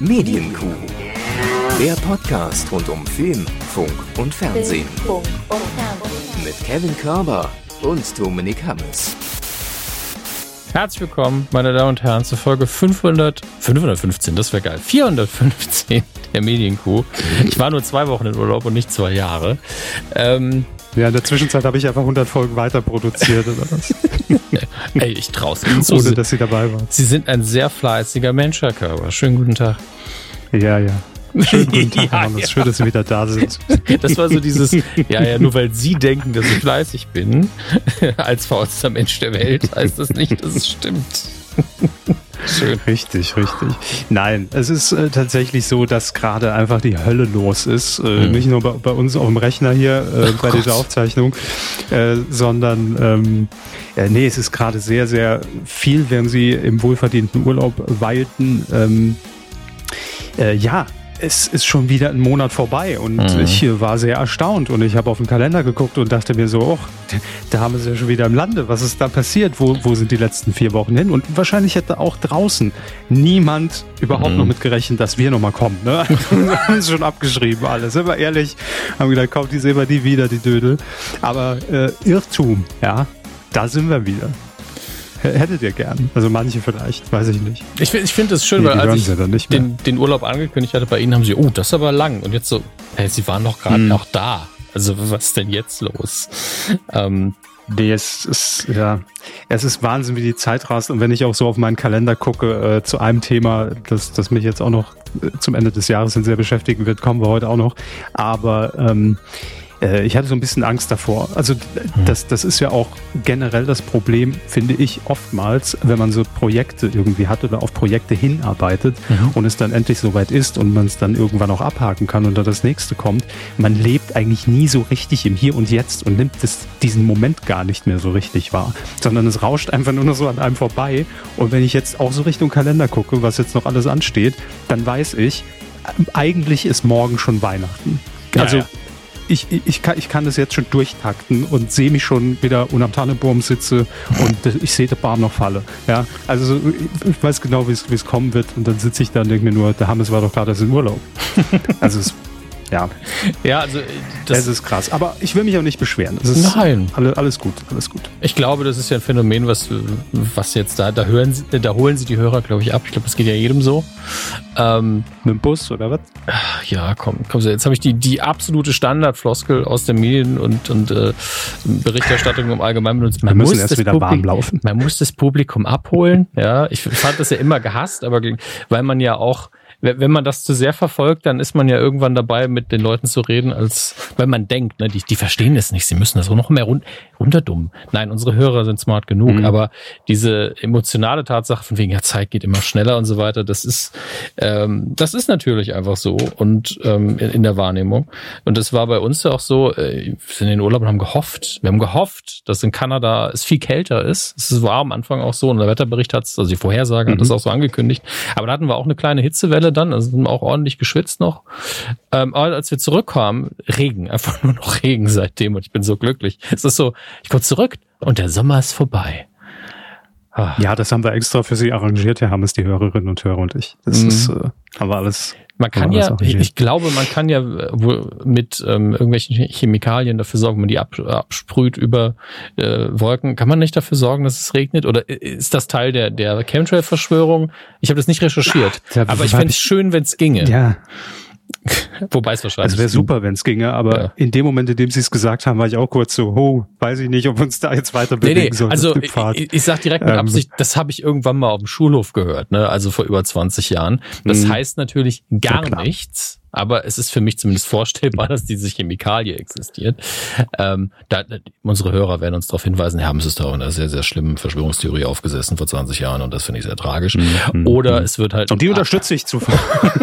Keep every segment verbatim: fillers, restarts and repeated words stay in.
Medienkuh. Der Podcast rund um Film, Funk und Fernsehen. Mit Kevin Körber und Dominik Hammes. Herzlich willkommen, meine Damen und Herren, zur Folge fünfhundert, fünfhundertfünfzehn, das wäre geil, vierhundertfünfzehn der Medienkuh. Ich war nur zwei Wochen in Urlaub und nicht zwei Jahre. Ähm, ja, in der Zwischenzeit habe ich einfach hundert Folgen weiter produziert oder was? Ey, ich trau's Ihnen zu. Ohne, dass Sie dabei waren. Sie sind ein sehr fleißiger Mensch, Herr Körber. Schönen guten Tag. Ja, ja. Schönen guten Tag, ja, Mann. ja. Schön, dass Sie wieder da sind. Das war so dieses, ja, ja, nur weil Sie denken, dass ich fleißig bin, als faulster Mensch der Welt, heißt das nicht, dass es stimmt. Schön. Richtig, richtig. Nein, es ist äh, tatsächlich so, dass gerade einfach die Hölle los ist. Äh, mhm. Nicht nur bei, bei uns auf dem Rechner hier äh, bei Gott. dieser Aufzeichnung, äh, sondern ähm, äh, nee, es ist gerade sehr, sehr viel, während Sie im wohlverdienten Urlaub weilten. Ähm, äh, ja, es ist schon wieder ein Monat vorbei und mhm. ich war sehr erstaunt und ich habe auf den Kalender geguckt und dachte mir so, oh, da haben wir es ja schon wieder im Lande. Was ist da passiert? Wo, wo sind die letzten vier Wochen hin? Und wahrscheinlich hätte auch draußen niemand überhaupt mhm. noch mit gerechnet, dass wir nochmal kommen. Ne? Wir haben es schon abgeschrieben alles. Sind wir ehrlich, haben gedacht, komm, die sehen wir nie wieder, die Dödel. Aber äh, Irrtum, ja, da sind wir wieder. Hättet ihr gern. Also manche vielleicht, weiß ich nicht. Ich, ich finde es schön, nee, weil als ich ja den, den Urlaub angekündigt hatte, bei Ihnen haben Sie, oh, das ist aber lang. Und jetzt so, hey, Sie waren doch gerade hm. noch da. Also was ist denn jetzt los? Ähm, nee, es ist, ja, es ist Wahnsinn, wie die Zeit rast. Und wenn ich auch so auf meinen Kalender gucke, äh, zu einem Thema, das, das mich jetzt auch noch äh, zum Ende des Jahres hin sehr beschäftigen wird, kommen wir heute auch noch. Aber ähm, ich hatte so ein bisschen Angst davor. Also das, das ist ja auch generell das Problem, finde ich, oftmals, wenn man so Projekte irgendwie hat oder auf Projekte hinarbeitet mhm. und es dann endlich soweit ist und man es dann irgendwann auch abhaken kann und dann das nächste kommt. Man lebt eigentlich nie so richtig im Hier und Jetzt und nimmt das, diesen Moment gar nicht mehr so richtig wahr, sondern es rauscht einfach nur noch so an einem vorbei. Und wenn ich jetzt auch so Richtung Kalender gucke, was jetzt noch alles ansteht, dann weiß ich, eigentlich ist morgen schon Weihnachten. Also ja, ja. Ich, ich, kann, ich kann das jetzt schon durchtakten und sehe mich schon wieder und am Tannenbaum sitze und ich sehe den Baum noch falle. Ja, also ich weiß genau, wie es, wie es kommen wird und dann sitze ich da und denke mir nur, der Hammes war doch gerade in Urlaub. Also es Ja. Ja, also das es ist krass. Aber ich will mich auch nicht beschweren. Es ist Nein. Alles, alles gut, alles gut. Ich glaube, das ist ja ein Phänomen, was, was jetzt da, da hören Sie, da holen Sie die Hörer, glaube ich, ab. Ich glaube, das geht ja jedem so. Ähm, Mit dem Bus oder was? Ja, komm, komm, jetzt habe ich die, die absolute Standardfloskel aus den Medien und, und äh, Berichterstattung im Allgemeinen benutzt. Man Wir müssen muss erst das wieder Publikum, warm laufen. Man muss das Publikum abholen. Ja, ich fand das ja immer gehasst, aber weil man ja auch, wenn man das zu sehr verfolgt, dann ist man ja irgendwann dabei, mit den Leuten zu reden, als weil man denkt, ne, die, die verstehen das nicht, sie müssen das auch noch mehr run- runterdummen. Nein, unsere Hörer sind smart genug, mhm. aber diese emotionale Tatsache von wegen, ja, Zeit geht immer schneller und so weiter, das ist, ähm, das ist natürlich einfach so und ähm, in, in der Wahrnehmung. Und das war bei uns ja auch so, äh, wir sind in den Urlaub und haben gehofft, wir haben gehofft, dass in Kanada es viel kälter ist. Es war am Anfang auch so und der Wetterbericht hat es, also die Vorhersage mhm. hat das auch so angekündigt, aber da hatten wir auch eine kleine Hitzewelle dann, also sind auch ordentlich geschwitzt noch. Ähm, aber als wir zurückkamen, Regen, einfach nur noch Regen seitdem und ich bin so glücklich. Es ist so, ich komme zurück und der Sommer ist vorbei. Ah. Ja, das haben wir extra für Sie arrangiert, Herr Hammes, die Hörerinnen und Hörer und ich. Das mhm. ist, äh, haben wir alles. Man kann ja, ich, ich glaube, man kann ja wohl mit ähm, irgendwelchen Chemikalien dafür sorgen, wenn man die ab, absprüht über äh, Wolken. Kann man nicht dafür sorgen, dass es regnet? Oder ist das Teil der, der Chemtrail-Verschwörung? Ich habe das nicht recherchiert. Ja, aber ich fände es schön, wenn es ginge. Ja. Wobei es wahrscheinlich... Es wäre super, wenn es ginge, aber ja. in dem Moment, in dem Sie es gesagt haben, war ich auch kurz so, oh, weiß ich nicht, ob uns da jetzt weiter bewegen nee, nee. sollen. Also ich, ich sag direkt mit Absicht, ähm, das habe ich irgendwann mal auf dem Schulhof gehört, ne? Also vor über zwanzig Jahren. Das mh. heißt natürlich gar ja, nichts, aber es ist für mich zumindest vorstellbar, dass diese Chemikalie existiert. Ähm, da, unsere Hörer werden uns darauf hinweisen, ja, es ist da auch eine sehr, sehr schlimme Verschwörungstheorie aufgesessen vor zwanzig Jahren und das finde ich sehr tragisch. Mhm. Oder es wird halt... Und die unterstütze ich zuvor.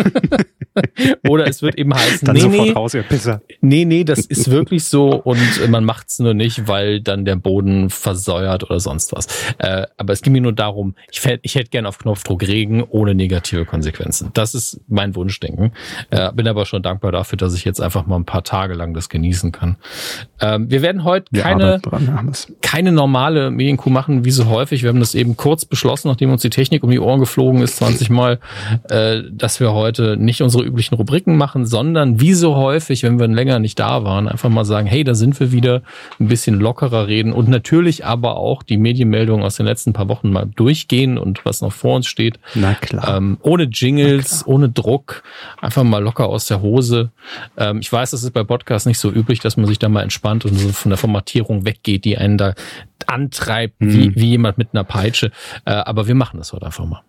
Oder es wird eben heißen, dann nee, sofort nee, raus, ihr Pisser. nee, nee, das ist wirklich so und man macht's nur nicht, weil dann der Boden versäuert oder sonst was. Äh, aber es ging mir nur darum, ich, ich hätte gerne auf Knopfdruck Regen ohne negative Konsequenzen. Das ist mein Wunschdenken. Äh, bin aber schon dankbar dafür, dass ich jetzt einfach mal ein paar Tage lang das genießen kann. Ähm, wir werden heute wir keine, dran, keine normale Medienkuh machen, wie so häufig. Wir haben das eben kurz beschlossen, nachdem uns die Technik um die Ohren geflogen ist, zwanzig Mal, äh, dass wir heute nicht unsere üblichen Rubriken machen, sondern wie so häufig, wenn wir länger nicht da waren, einfach mal sagen, hey, da sind wir wieder, ein bisschen lockerer reden und natürlich aber auch die Medienmeldungen aus den letzten paar Wochen mal durchgehen und was noch vor uns steht. Na klar. Ähm, ohne Jingles, ohne Druck, einfach mal locker aus der Hose. Ähm, ich weiß, das ist bei Podcasts nicht so üblich, dass man sich da mal entspannt und so von der Formatierung weggeht, die einen da antreibt, hm. wie, wie jemand mit einer Peitsche. Äh, aber wir machen das heute einfach mal.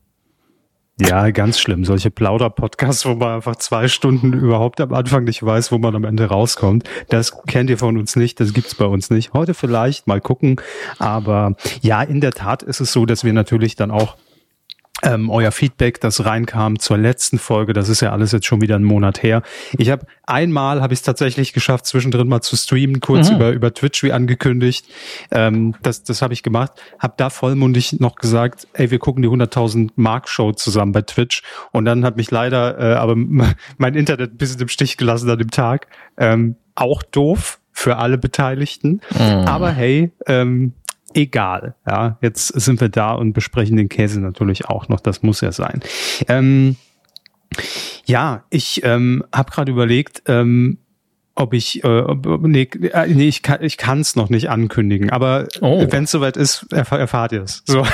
Ja, ganz schlimm. Solche Plauder-Podcasts, wo man einfach zwei Stunden überhaupt am Anfang nicht weiß, wo man am Ende rauskommt. Das kennt ihr von uns nicht, das gibt's bei uns nicht. Heute vielleicht, mal gucken. Aber ja, in der Tat ist es so, dass wir natürlich dann auch Ähm, euer Feedback, das reinkam zur letzten Folge, das ist ja alles jetzt schon wieder einen Monat her. Ich habe einmal, habe ich es tatsächlich geschafft, zwischendrin mal zu streamen, kurz mhm. über über Twitch wie angekündigt. Ähm, das das habe ich gemacht. Habe da vollmundig noch gesagt, ey, wir gucken die hunderttausend Mark Show zusammen bei Twitch. Und dann hat mich leider äh, aber mein Internet ein bisschen im Stich gelassen an dem Tag. Ähm, auch doof für alle Beteiligten. Mhm. Aber hey, ähm, egal, ja, jetzt sind wir da und besprechen den Käse natürlich auch noch, das muss ja sein. Ähm, ja, ich ähm, habe gerade überlegt, ähm, ob ich, äh, ob, nee, nee, ich kann ich kann es noch nicht ankündigen, aber oh. wenn es soweit ist, erfahr, erfahrt ihr es. So.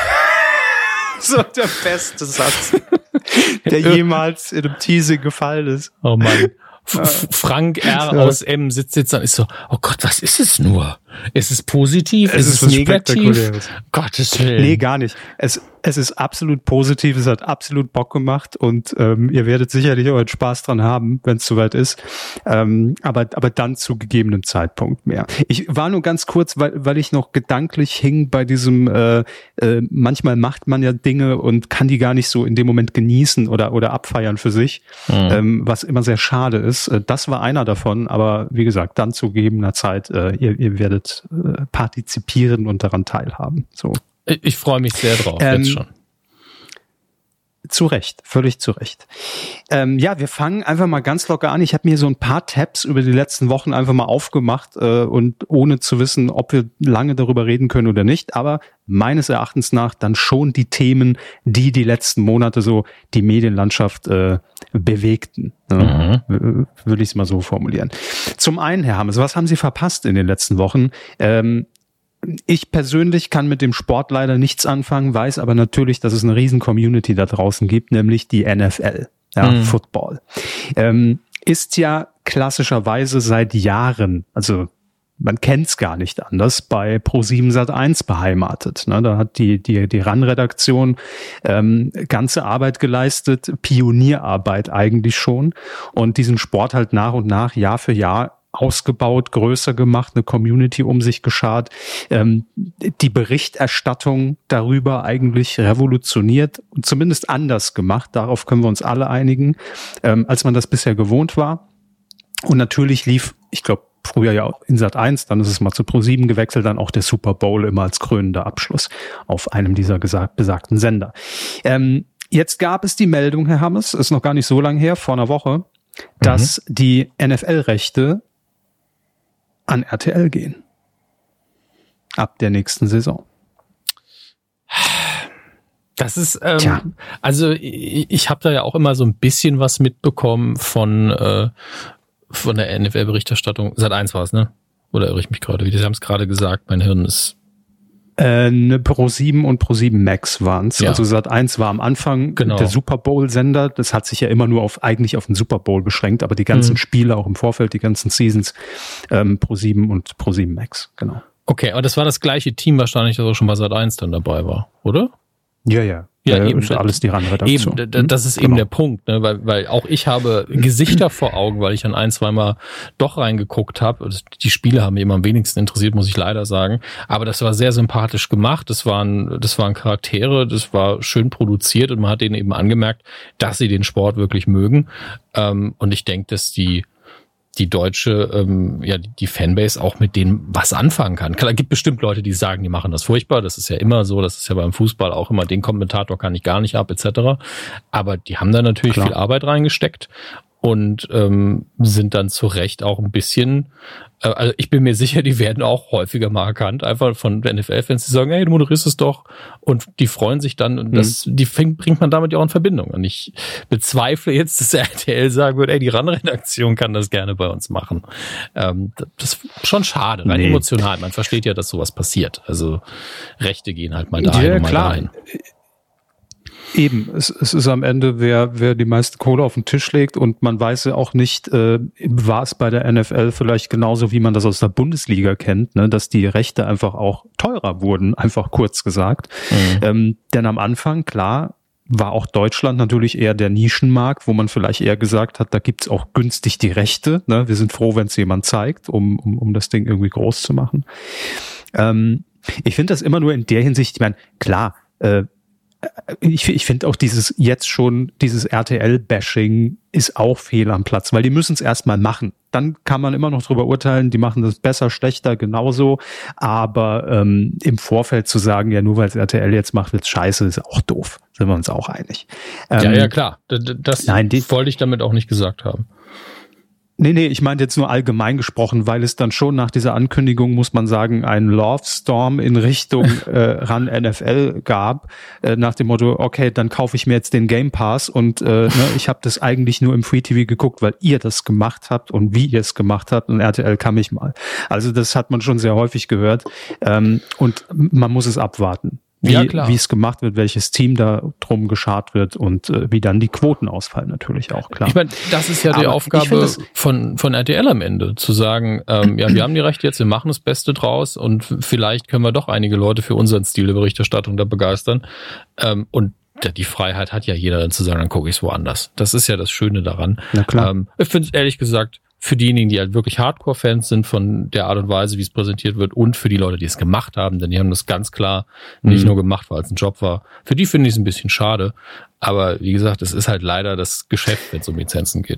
So der beste Satz, der jemals in einem Teasing gefallen ist. Oh Mann. F- Frank R. aus M sitzt jetzt da und ist so, oh Gott, was ist es nur? Ist es positiv? Es ist es negativ? Gottes Willen. Nee, gar nicht. Es, es ist absolut positiv, es hat absolut Bock gemacht und ähm, ihr werdet sicherlich euren Spaß dran haben, wenn es soweit ist. Ähm, aber, aber dann zu gegebenem Zeitpunkt mehr. Ich war nur ganz kurz, weil, weil ich noch gedanklich hing bei diesem, äh, äh, manchmal macht man ja Dinge und kann die gar nicht so in dem Moment genießen oder, oder abfeiern für sich, mhm. ähm, was immer sehr schade ist. Das war einer davon, aber wie gesagt, dann zu gegebener Zeit, äh, ihr, ihr werdet äh, partizipieren und daran teilhaben. So. Ich freue mich sehr drauf, ähm, jetzt schon. Zu Recht, völlig zu Recht. Ähm, ja, wir fangen einfach mal ganz locker an. Ich habe mir so ein paar Tabs über die letzten Wochen einfach mal aufgemacht äh, und ohne zu wissen, ob wir lange darüber reden können oder nicht, aber meines Erachtens nach dann schon die Themen, die die letzten Monate so die Medienlandschaft äh, bewegten. Ne? Mhm. Würde ich es mal so formulieren. Zum einen, Herr Hammes, was haben Sie verpasst in den letzten Wochen? Ähm, Ich persönlich kann mit dem Sport leider nichts anfangen, weiß aber natürlich, dass es eine riesen Community da draußen gibt, nämlich die N F L, ja, mhm. Football. Ähm, ist ja klassischerweise seit Jahren, also man kennt's gar nicht anders, bei ProSieben Sat eins beheimatet. Ne, da hat die die die R A N-Redaktion ähm, ganze Arbeit geleistet, Pionierarbeit eigentlich schon und diesen Sport halt nach und nach, Jahr für Jahr ausgebaut, größer gemacht, eine Community um sich geschart, ähm, die Berichterstattung darüber eigentlich revolutioniert und zumindest anders gemacht, darauf können wir uns alle einigen, ähm, als man das bisher gewohnt war. Und natürlich lief, ich glaube, früher ja in Sat eins, dann ist es mal zu ProSieben gewechselt, dann auch der Super Bowl immer als krönender Abschluss auf einem dieser gesagt, besagten Sender. Ähm, jetzt gab es die Meldung, Herr Hammes, ist noch gar nicht so lange her, vor einer Woche, dass mhm. die N F L-Rechte an R T L gehen. Ab der nächsten Saison. Das ist, ähm, Tja. also ich, ich habe da ja auch immer so ein bisschen was mitbekommen von äh, von der N F L-Berichterstattung. Sat eins war es, ne? Oder irre ich mich gerade? Sie haben es gerade gesagt, mein Hirn ist... Äh, ne, ProSieben und ProSieben Max waren es. Ja. Also Sat eins war am Anfang genau. der Super Bowl-Sender. Das hat sich ja immer nur auf eigentlich auf den Super Bowl beschränkt, aber die ganzen mhm. Spiele auch im Vorfeld, die ganzen Seasons, ähm, ProSieben und ProSieben Max, genau. Okay, aber das war das gleiche Team wahrscheinlich, das auch schon bei Sat eins dann dabei war, oder? Ja, ja. Ja, ja, eben ist alles die R A N-Redaktion. Eben, das ist genau. eben der Punkt, ne? weil, weil auch ich habe Gesichter vor Augen, weil ich dann ein, zweimal doch reingeguckt habe. Die Spiele haben mich immer am wenigsten interessiert, muss ich leider sagen. Aber das war sehr sympathisch gemacht. Das waren, das waren Charaktere, das war schön produziert und man hat denen eben angemerkt, dass sie den Sport wirklich mögen. Und ich denke, dass die die deutsche, ähm, ja, die Fanbase auch mit denen was anfangen kann. Klar, gibt bestimmt Leute, die sagen, die machen das furchtbar. Das ist ja immer so. Das ist ja beim Fußball auch immer, den Kommentator kann ich gar nicht ab, et cetera. Aber die haben da natürlich Klar. viel Arbeit reingesteckt. und ähm, sind dann zu Recht auch ein bisschen, äh, also ich bin mir sicher, die werden auch häufiger mal erkannt, einfach von N F L-Fans, die sagen, hey, du moderierst es doch, und die freuen sich dann, und das, mhm. die fängt, bringt man damit ja auch in Verbindung. Und ich bezweifle jetzt, dass R T L sagen wird, ey, die R A N-Redaktion kann das gerne bei uns machen. Ähm, das ist schon schade, rein nee. emotional. Man versteht ja, dass sowas passiert. Also Rechte gehen halt mal dahin ja, und mal klar. dahin. Eben, es, es ist am Ende, wer, wer die meiste Kohle auf den Tisch legt, und man weiß ja auch nicht, äh, war es bei der N F L vielleicht genauso, wie man das aus der Bundesliga kennt, ne, dass die Rechte einfach auch teurer wurden, einfach kurz gesagt. Mhm. Ähm, denn am Anfang, klar, war auch Deutschland natürlich eher der Nischenmarkt, wo man vielleicht eher gesagt hat, da gibt's auch günstig die Rechte. Ne? Wir sind froh, wenn es jemand zeigt, um, um, um das Ding irgendwie groß zu machen. Ähm, ich finde das immer nur in der Hinsicht, ich meine, klar, äh, Ich, ich finde auch dieses jetzt schon, dieses R T L-Bashing ist auch fehl am Platz, weil die müssen es erstmal machen. Dann kann man immer noch drüber urteilen, die machen das besser, schlechter, genauso. Aber ähm, im Vorfeld zu sagen, ja, nur weil es R T L jetzt macht, wird's scheiße, ist auch doof. Sind wir uns auch einig. Ähm, ja, ja, klar. Das, das nein, die, wollte ich damit auch nicht gesagt haben. Nee, nee, ich meinte jetzt nur allgemein gesprochen, weil es dann schon nach dieser Ankündigung, muss man sagen, einen Love Storm in Richtung äh, R A N N F L gab, äh, nach dem Motto, okay, dann kaufe ich mir jetzt den Game Pass, und äh, ne, ich habe das eigentlich nur im Free T V geguckt, weil ihr das gemacht habt und wie ihr es gemacht habt, und R T L kann mich mal. Also das hat man schon sehr häufig gehört, ähm, und man muss es abwarten. Wie, ja, klar. Wie es gemacht wird, welches Team da drum geschart wird, und äh, wie dann die Quoten ausfallen, natürlich auch, klar. Ich meine, das ist ja die Aber Aufgabe von von R T L am Ende, zu sagen, ähm, ja, wir haben die Rechte jetzt, wir machen das Beste draus, und vielleicht können wir doch einige Leute für unseren Stil der Berichterstattung da begeistern. Ähm, und die Freiheit hat ja jeder, dann zu sagen, dann gucke ich es woanders. Das ist ja das Schöne daran. Na klar. Ähm, ich finde es ehrlich gesagt, für diejenigen, die halt wirklich Hardcore-Fans sind von der Art und Weise, wie es präsentiert wird, und für die Leute, die es gemacht haben, denn die haben das ganz klar nicht mhm. nur gemacht, weil es ein Job war. Für die finde ich es ein bisschen schade. Aber wie gesagt, es ist halt leider das Geschäft, wenn es um Lizenzen geht.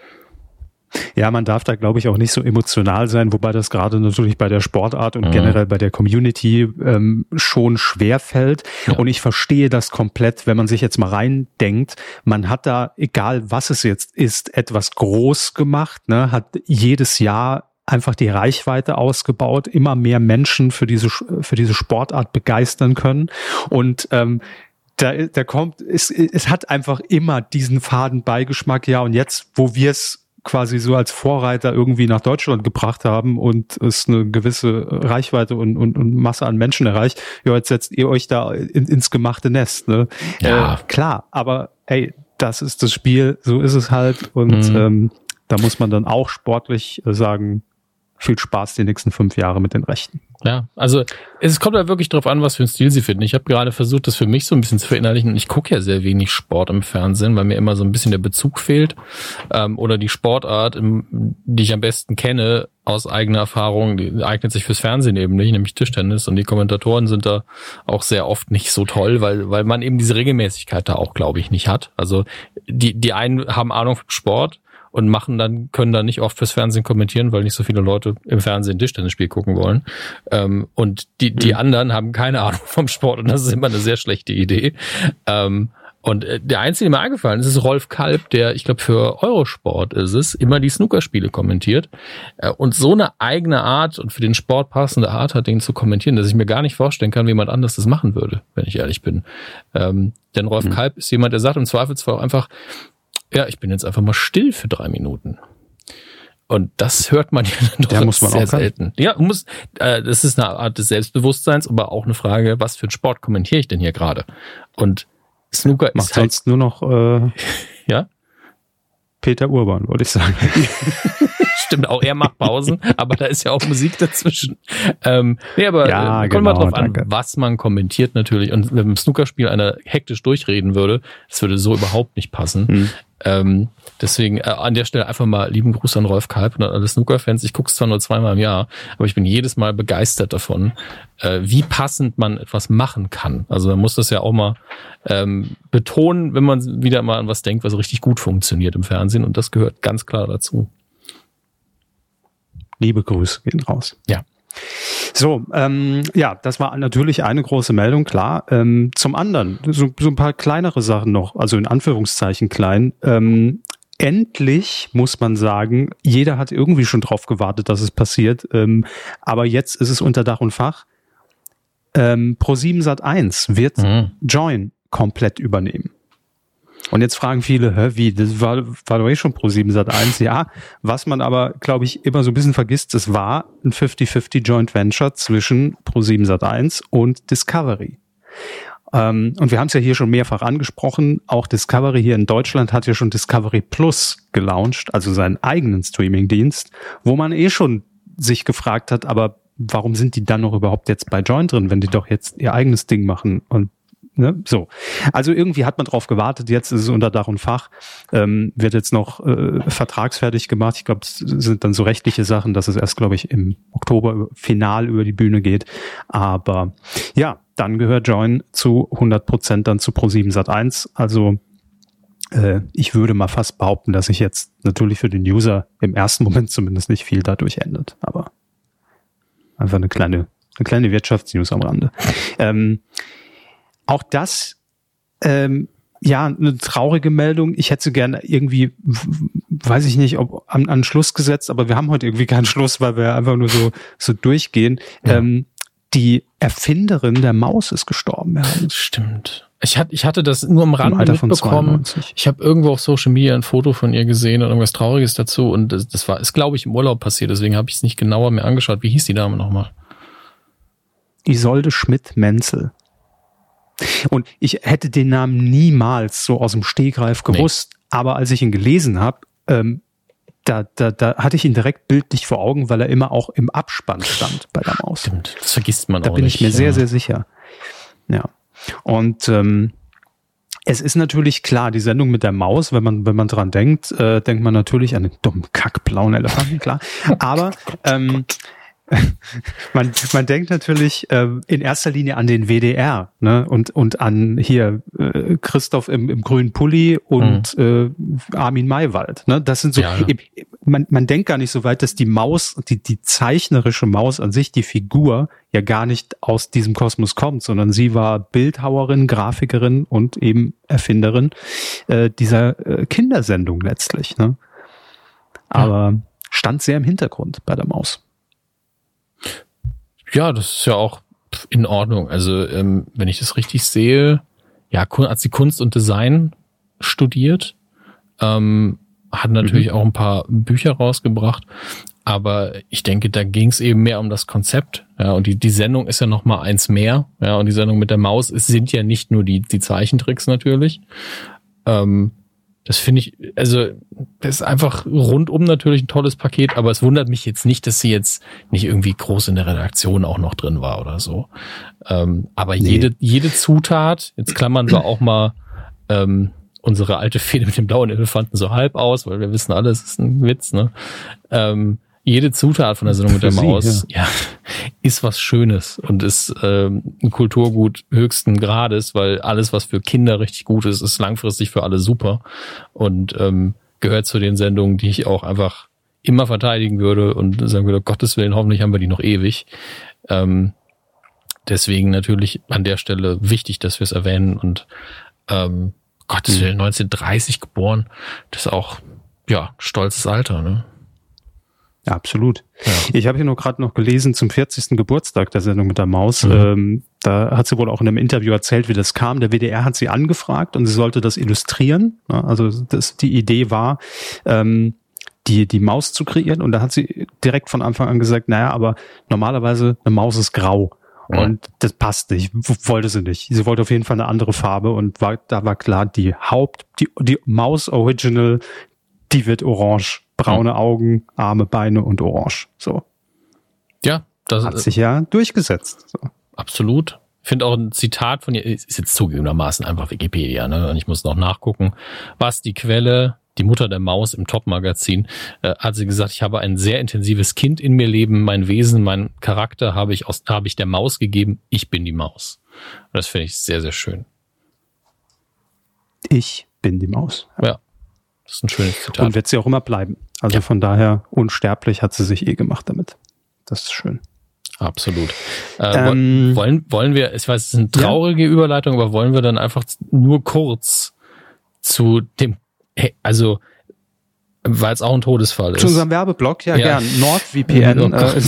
Ja, man darf da, glaube ich, auch nicht so emotional sein, wobei das gerade natürlich bei der Sportart und mhm. generell bei der Community ähm, schon schwer fällt. Ja. Und ich verstehe das komplett, wenn man sich jetzt mal reindenkt. Man hat da, egal was es jetzt ist, etwas groß gemacht, ne, hat jedes Jahr einfach die Reichweite ausgebaut, immer mehr Menschen für diese für diese Sportart begeistern können, und ähm, da, da kommt, es, es hat einfach immer diesen faden Beigeschmack, ja, und jetzt, wo wir es quasi so als Vorreiter irgendwie nach Deutschland gebracht haben und es eine gewisse Reichweite und, und, und Masse an Menschen erreicht, ja, jetzt setzt ihr euch da in, ins gemachte Nest, ne? Ja. Äh, klar, aber ey, das ist das Spiel, so ist es halt, und mhm. ähm, da muss man dann auch sportlich sagen, viel Spaß die nächsten fünf Jahre mit den Rechten. Ja, also es kommt ja wirklich drauf an, was für einen Stil sie finden. Ich habe gerade versucht, das für mich so ein bisschen zu verinnerlichen. Ich gucke ja sehr wenig Sport im Fernsehen, weil mir immer so ein bisschen der Bezug fehlt. Ähm, oder die Sportart, im, die ich am besten kenne, aus eigener Erfahrung, die eignet sich fürs Fernsehen eben nicht, nämlich Tischtennis. Und die Kommentatoren sind da auch sehr oft nicht so toll, weil weil man eben diese Regelmäßigkeit da auch, glaube ich, nicht hat. Also die die einen haben Ahnung vom Sport und machen dann, können dann nicht oft fürs Fernsehen kommentieren, weil nicht so viele Leute im Fernsehen Tischtennisspiel gucken wollen. Ähm, und die, die mhm. anderen haben keine Ahnung vom Sport, und das ist immer eine sehr schlechte Idee. Ähm, und der Einzige, der mir eingefallen ist, ist Rolf Kalb, der, ich glaube, für Eurosport ist es, immer die Snookerspiele kommentiert. Äh, und so eine eigene Art und für den Sport passende Art hat, den zu kommentieren, dass ich mir gar nicht vorstellen kann, wie jemand anders das machen würde, wenn ich ehrlich bin. Ähm, denn Rolf mhm. Kalb ist jemand, der sagt im Zweifelsfall auch einfach, ja, ich bin jetzt einfach mal still für drei Minuten. Und das hört man ja dann doch ja, muss man sehr auch selten. Ja, muss, äh, das ist eine Art des Selbstbewusstseins, aber auch eine Frage, was für einen Sport kommentiere ich denn hier gerade? Und Snooker macht ist halt, sonst nur noch äh, ja? Peter Urban, wollte ich sagen. Stimmt, auch er macht Pausen, aber da ist ja auch Musik dazwischen. Ähm, nee, aber ja, äh, kommt genau, mal drauf danke. an, was man kommentiert natürlich. Und wenn im Snookerspiel einer hektisch durchreden würde, das würde so überhaupt nicht passen. Hm. Ähm, deswegen äh, an der Stelle einfach mal lieben Gruß an Rolf Kalb und an alle Snooker-Fans. Ich gucke es zwar nur zweimal im Jahr, aber ich bin jedes Mal begeistert davon, äh, wie passend man etwas machen kann. Also man muss das ja auch mal ähm, betonen, wenn man wieder mal an was denkt, was richtig gut funktioniert im Fernsehen, und das gehört ganz klar dazu. Liebe Grüße gehen raus. Ja. So, ähm, ja, das war natürlich eine große Meldung, klar. Ähm, zum anderen, so, so ein paar kleinere Sachen noch, also in Anführungszeichen klein. Ähm, endlich, muss man sagen, jeder hat irgendwie schon drauf gewartet, dass es passiert, ähm, aber jetzt ist es unter Dach und Fach. Ähm, ProSieben Sat eins wird mhm. Joyn komplett übernehmen. Und jetzt fragen viele, hä, wie, das war, war doch eh schon ProSieben Sat eins. Ja, was man aber, glaube ich, immer so ein bisschen vergisst, es war ein fifty fifty Joint Venture zwischen ProSieben Sat eins und Discovery. Ähm, und wir haben es ja hier schon mehrfach angesprochen, auch Discovery hier in Deutschland hat ja schon Discovery Plus gelauncht, also seinen eigenen Streaming-Dienst, wo man eh schon sich gefragt hat, aber warum sind die dann noch überhaupt jetzt bei Joyn drin, wenn die doch jetzt ihr eigenes Ding machen und ne, so. Also irgendwie hat man drauf gewartet, jetzt ist es unter Dach und Fach, ähm, wird jetzt noch äh, vertragsfertig gemacht. Ich glaube, es sind dann so rechtliche Sachen, dass es erst, glaube ich, im Oktober final über die Bühne geht. Aber ja, dann gehört Joyn zu hundert Prozent dann zu ProSieben Sat eins. Also äh, ich würde mal fast behaupten, dass sich jetzt natürlich für den User im ersten Moment zumindest nicht viel dadurch ändert. Aber einfach eine kleine, eine kleine Wirtschaftsnews am Rande. Ähm, Auch das, ähm, ja, eine traurige Meldung. Ich hätte so gerne irgendwie, weiß ich nicht, ob an, an Schluss gesetzt, aber wir haben heute irgendwie keinen Schluss, weil wir einfach nur so so durchgehen. Ja. Ähm, die Erfinderin der Maus ist gestorben. Ja. Stimmt. Ich hatte, ich hatte das nur am Rande mitbekommen. Ich habe irgendwo auf Social Media ein Foto von ihr gesehen und irgendwas Trauriges dazu. Und das, das war, ist, glaube ich, im Urlaub passiert. Deswegen habe ich es nicht genauer mir angeschaut. Wie hieß die Dame nochmal? Isolde Schmidt-Menzel. Und ich hätte den Namen niemals so aus dem Stegreif gewusst, nee. Aber als ich ihn gelesen habe, ähm, da, da, da hatte ich ihn direkt bildlich vor Augen, weil er immer auch im Abspann stand bei der Maus. Stimmt, das vergisst man da auch bin nicht. Ich mir ja. sehr, sehr sicher. Ja. Und ähm, es ist natürlich klar, die Sendung mit der Maus, wenn man wenn man dran denkt, äh, denkt man natürlich an den dummen kackblauen Elefanten, klar. Aber ähm, man, man denkt natürlich äh, in erster Linie an den W D R, ne, und und an hier äh, Christoph im, im grünen Pulli und mhm. äh, Armin Maywald, ne, das sind so. Ja, ja. Man, man denkt gar nicht so weit, dass die Maus, die die zeichnerische Maus an sich, die Figur ja gar nicht aus diesem Kosmos kommt, sondern sie war Bildhauerin, Grafikerin und eben Erfinderin äh, dieser äh, Kindersendung letztlich, ne. Aber ja. stand sehr im Hintergrund bei der Maus. Ja, das ist ja auch in Ordnung. Also, ähm, wenn ich das richtig sehe, ja, hat sie Kunst und Design studiert, ähm, hat natürlich mhm. auch ein paar Bücher rausgebracht, aber ich denke, da ging es eben mehr um das Konzept, ja, und die die Sendung ist ja noch mal eins mehr, ja, und die Sendung mit der Maus, es sind ja nicht nur die die Zeichentricks natürlich, ähm, das finde ich, also das ist einfach rundum natürlich ein tolles Paket, aber es wundert mich jetzt nicht, dass sie jetzt nicht irgendwie groß in der Redaktion auch noch drin war oder so. Ähm, aber nee. jede jede Zutat, jetzt klammern wir auch mal ähm, unsere alte Fehde mit dem blauen Elefanten so halb aus, weil wir wissen alle, es ist ein Witz, ne? Ähm, jede Zutat von der Sendung mit der Sie, Maus, ja. ja, ist was Schönes und ist ähm, ein Kulturgut höchsten Grades, weil alles, was für Kinder richtig gut ist, ist langfristig für alle super und ähm, gehört zu den Sendungen, die ich auch einfach immer verteidigen würde und sagen würde, Gottes Willen, hoffentlich haben wir die noch ewig. Ähm, deswegen natürlich an der Stelle wichtig, dass wir es erwähnen und ähm, Gottes Willen, neunzehnhundertdreißig geboren, das ist auch, ja, stolzes Alter, ne? Ja, absolut. Ja. Ich habe hier nur gerade noch gelesen zum vierzigsten Geburtstag der Sendung mit der Maus. Mhm. Ähm, da hat sie wohl auch in einem Interview erzählt, wie das kam. Der W D R hat sie angefragt und sie sollte das illustrieren. Ja, also das, die Idee war, ähm, die die Maus zu kreieren. Und da hat sie direkt von Anfang an gesagt, naja, aber normalerweise eine Maus ist grau. Mhm. Und das passt nicht, wollte sie nicht. Sie wollte auf jeden Fall eine andere Farbe und war, da war klar, die Haupt, die, die Maus Original, die wird orange. Braune Augen, Arme, Beine und orange. So. Ja, das hat sich ja durchgesetzt. So. Absolut. Ich finde auch ein Zitat von ihr, ist jetzt zugegebenermaßen einfach Wikipedia, ne? Und ich muss noch nachgucken, was die Quelle, die Mutter der Maus im Top-Magazin, äh, hat sie gesagt, ich habe ein sehr intensives Kind in mir leben, mein Wesen, mein Charakter habe ich aus, habe ich der Maus gegeben, ich bin die Maus. Und das finde ich sehr, sehr schön. Ich bin die Maus. Ja. Das ist ein schönes Zitat. Und wird sie auch immer bleiben. Also ja. Von daher, unsterblich hat sie sich eh gemacht damit. Das ist schön. Absolut. Äh, ähm, wollen, wollen wir, ich weiß, es ist eine traurige ja. Überleitung, aber wollen wir dann einfach nur kurz zu dem, also Weil es auch ein Todesfall ist. Zu unserem Werbeblock, ja, ja. gern. NordVPN. Oh äh,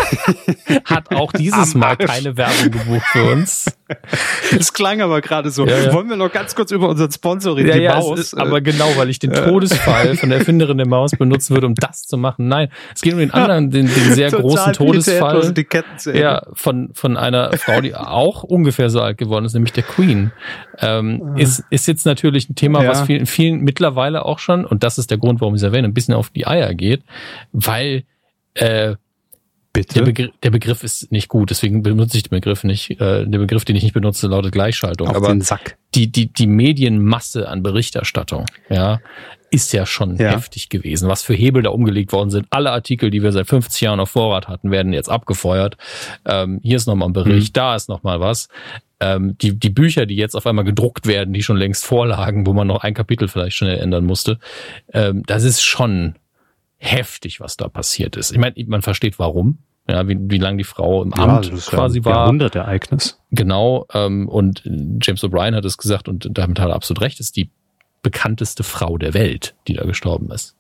hat auch dieses Mal keine Werbung gebucht für uns. Es klang aber gerade so. Ja, ja. Wollen wir noch ganz kurz über unseren Sponsor reden, ja, die ja, Maus? Ist, aber genau, weil ich den Todesfall von der Erfinderin der Maus benutzen würde, um das zu machen. Nein, es geht um den anderen, den, den sehr großen Todesfall. Die Kettensäge. Ja, von von einer Frau, die auch ungefähr so alt geworden ist, nämlich der Queen. Ähm, ist ist jetzt natürlich ein Thema, Ja. was vielen, vielen mittlerweile auch schon, und das ist der Grund, warum ich es erwähne, ein bisschen auf die Eier geht, weil äh, Bitte? Der, Begr- der Begriff ist nicht gut, deswegen benutze ich den Begriff nicht. Äh, der Begriff, den ich nicht benutze, lautet Gleichschaltung. Auf Aber den Sack. die die die Medienmasse an Berichterstattung, ja, ist ja schon Ja. heftig gewesen. Was für Hebel da umgelegt worden sind. Alle Artikel, die wir seit fünfzig Jahren auf Vorrat hatten, werden jetzt abgefeuert. Ähm, hier ist nochmal ein Bericht, Mhm. da ist nochmal was. Ähm, die die Bücher, die jetzt auf einmal gedruckt werden, die schon längst vorlagen, wo man noch ein Kapitel vielleicht schnell ändern musste, ähm, das ist schon heftig, was da passiert ist. Ich meine, man versteht warum, ja, wie, wie lange die Frau im Amt das ist quasi ja ein war. Jahrhundertereignis. Genau, ähm, und James O'Brien hat es gesagt, und damit hat er absolut recht, ist die bekannteste Frau der Welt, die da gestorben ist.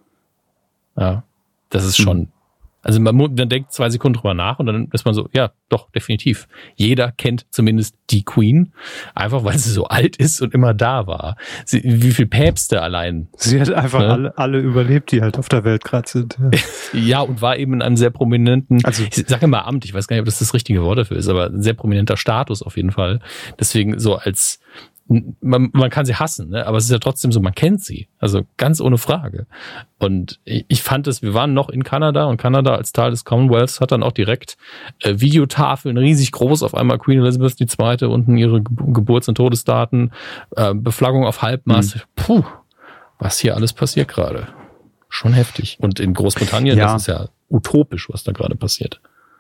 Ja, das ist schon, also man, mu- man denkt zwei Sekunden drüber nach und dann ist man so, ja, doch, definitiv. Jeder kennt zumindest die Queen, einfach weil sie so alt ist und immer da war. Sie, wie viel Päpste allein. Sie hat einfach Ja. alle, alle überlebt, die halt auf der Welt gerade sind. Ja. Ja, und war eben in einem sehr prominenten, Also- ich sage immer Amt, ich weiß gar nicht, ob das das richtige Wort dafür ist, aber ein sehr prominenter Status auf jeden Fall. Deswegen so als, man, man kann sie hassen, ne? Aber es ist ja trotzdem so, man kennt sie. Also ganz ohne Frage. Und ich, ich fand es, wir waren noch in Kanada und Kanada als Teil des Commonwealths hat dann auch direkt äh, Videotafeln, riesig groß, auf einmal Queen Elizabeth die Zweite, unten ihre Ge- Geburts- und Todesdaten, äh, Beflaggung auf Halbmast. Mhm. Puh, was hier alles passiert gerade. Schon heftig. Und in Großbritannien, Ja. das ist ja utopisch, was da gerade passiert.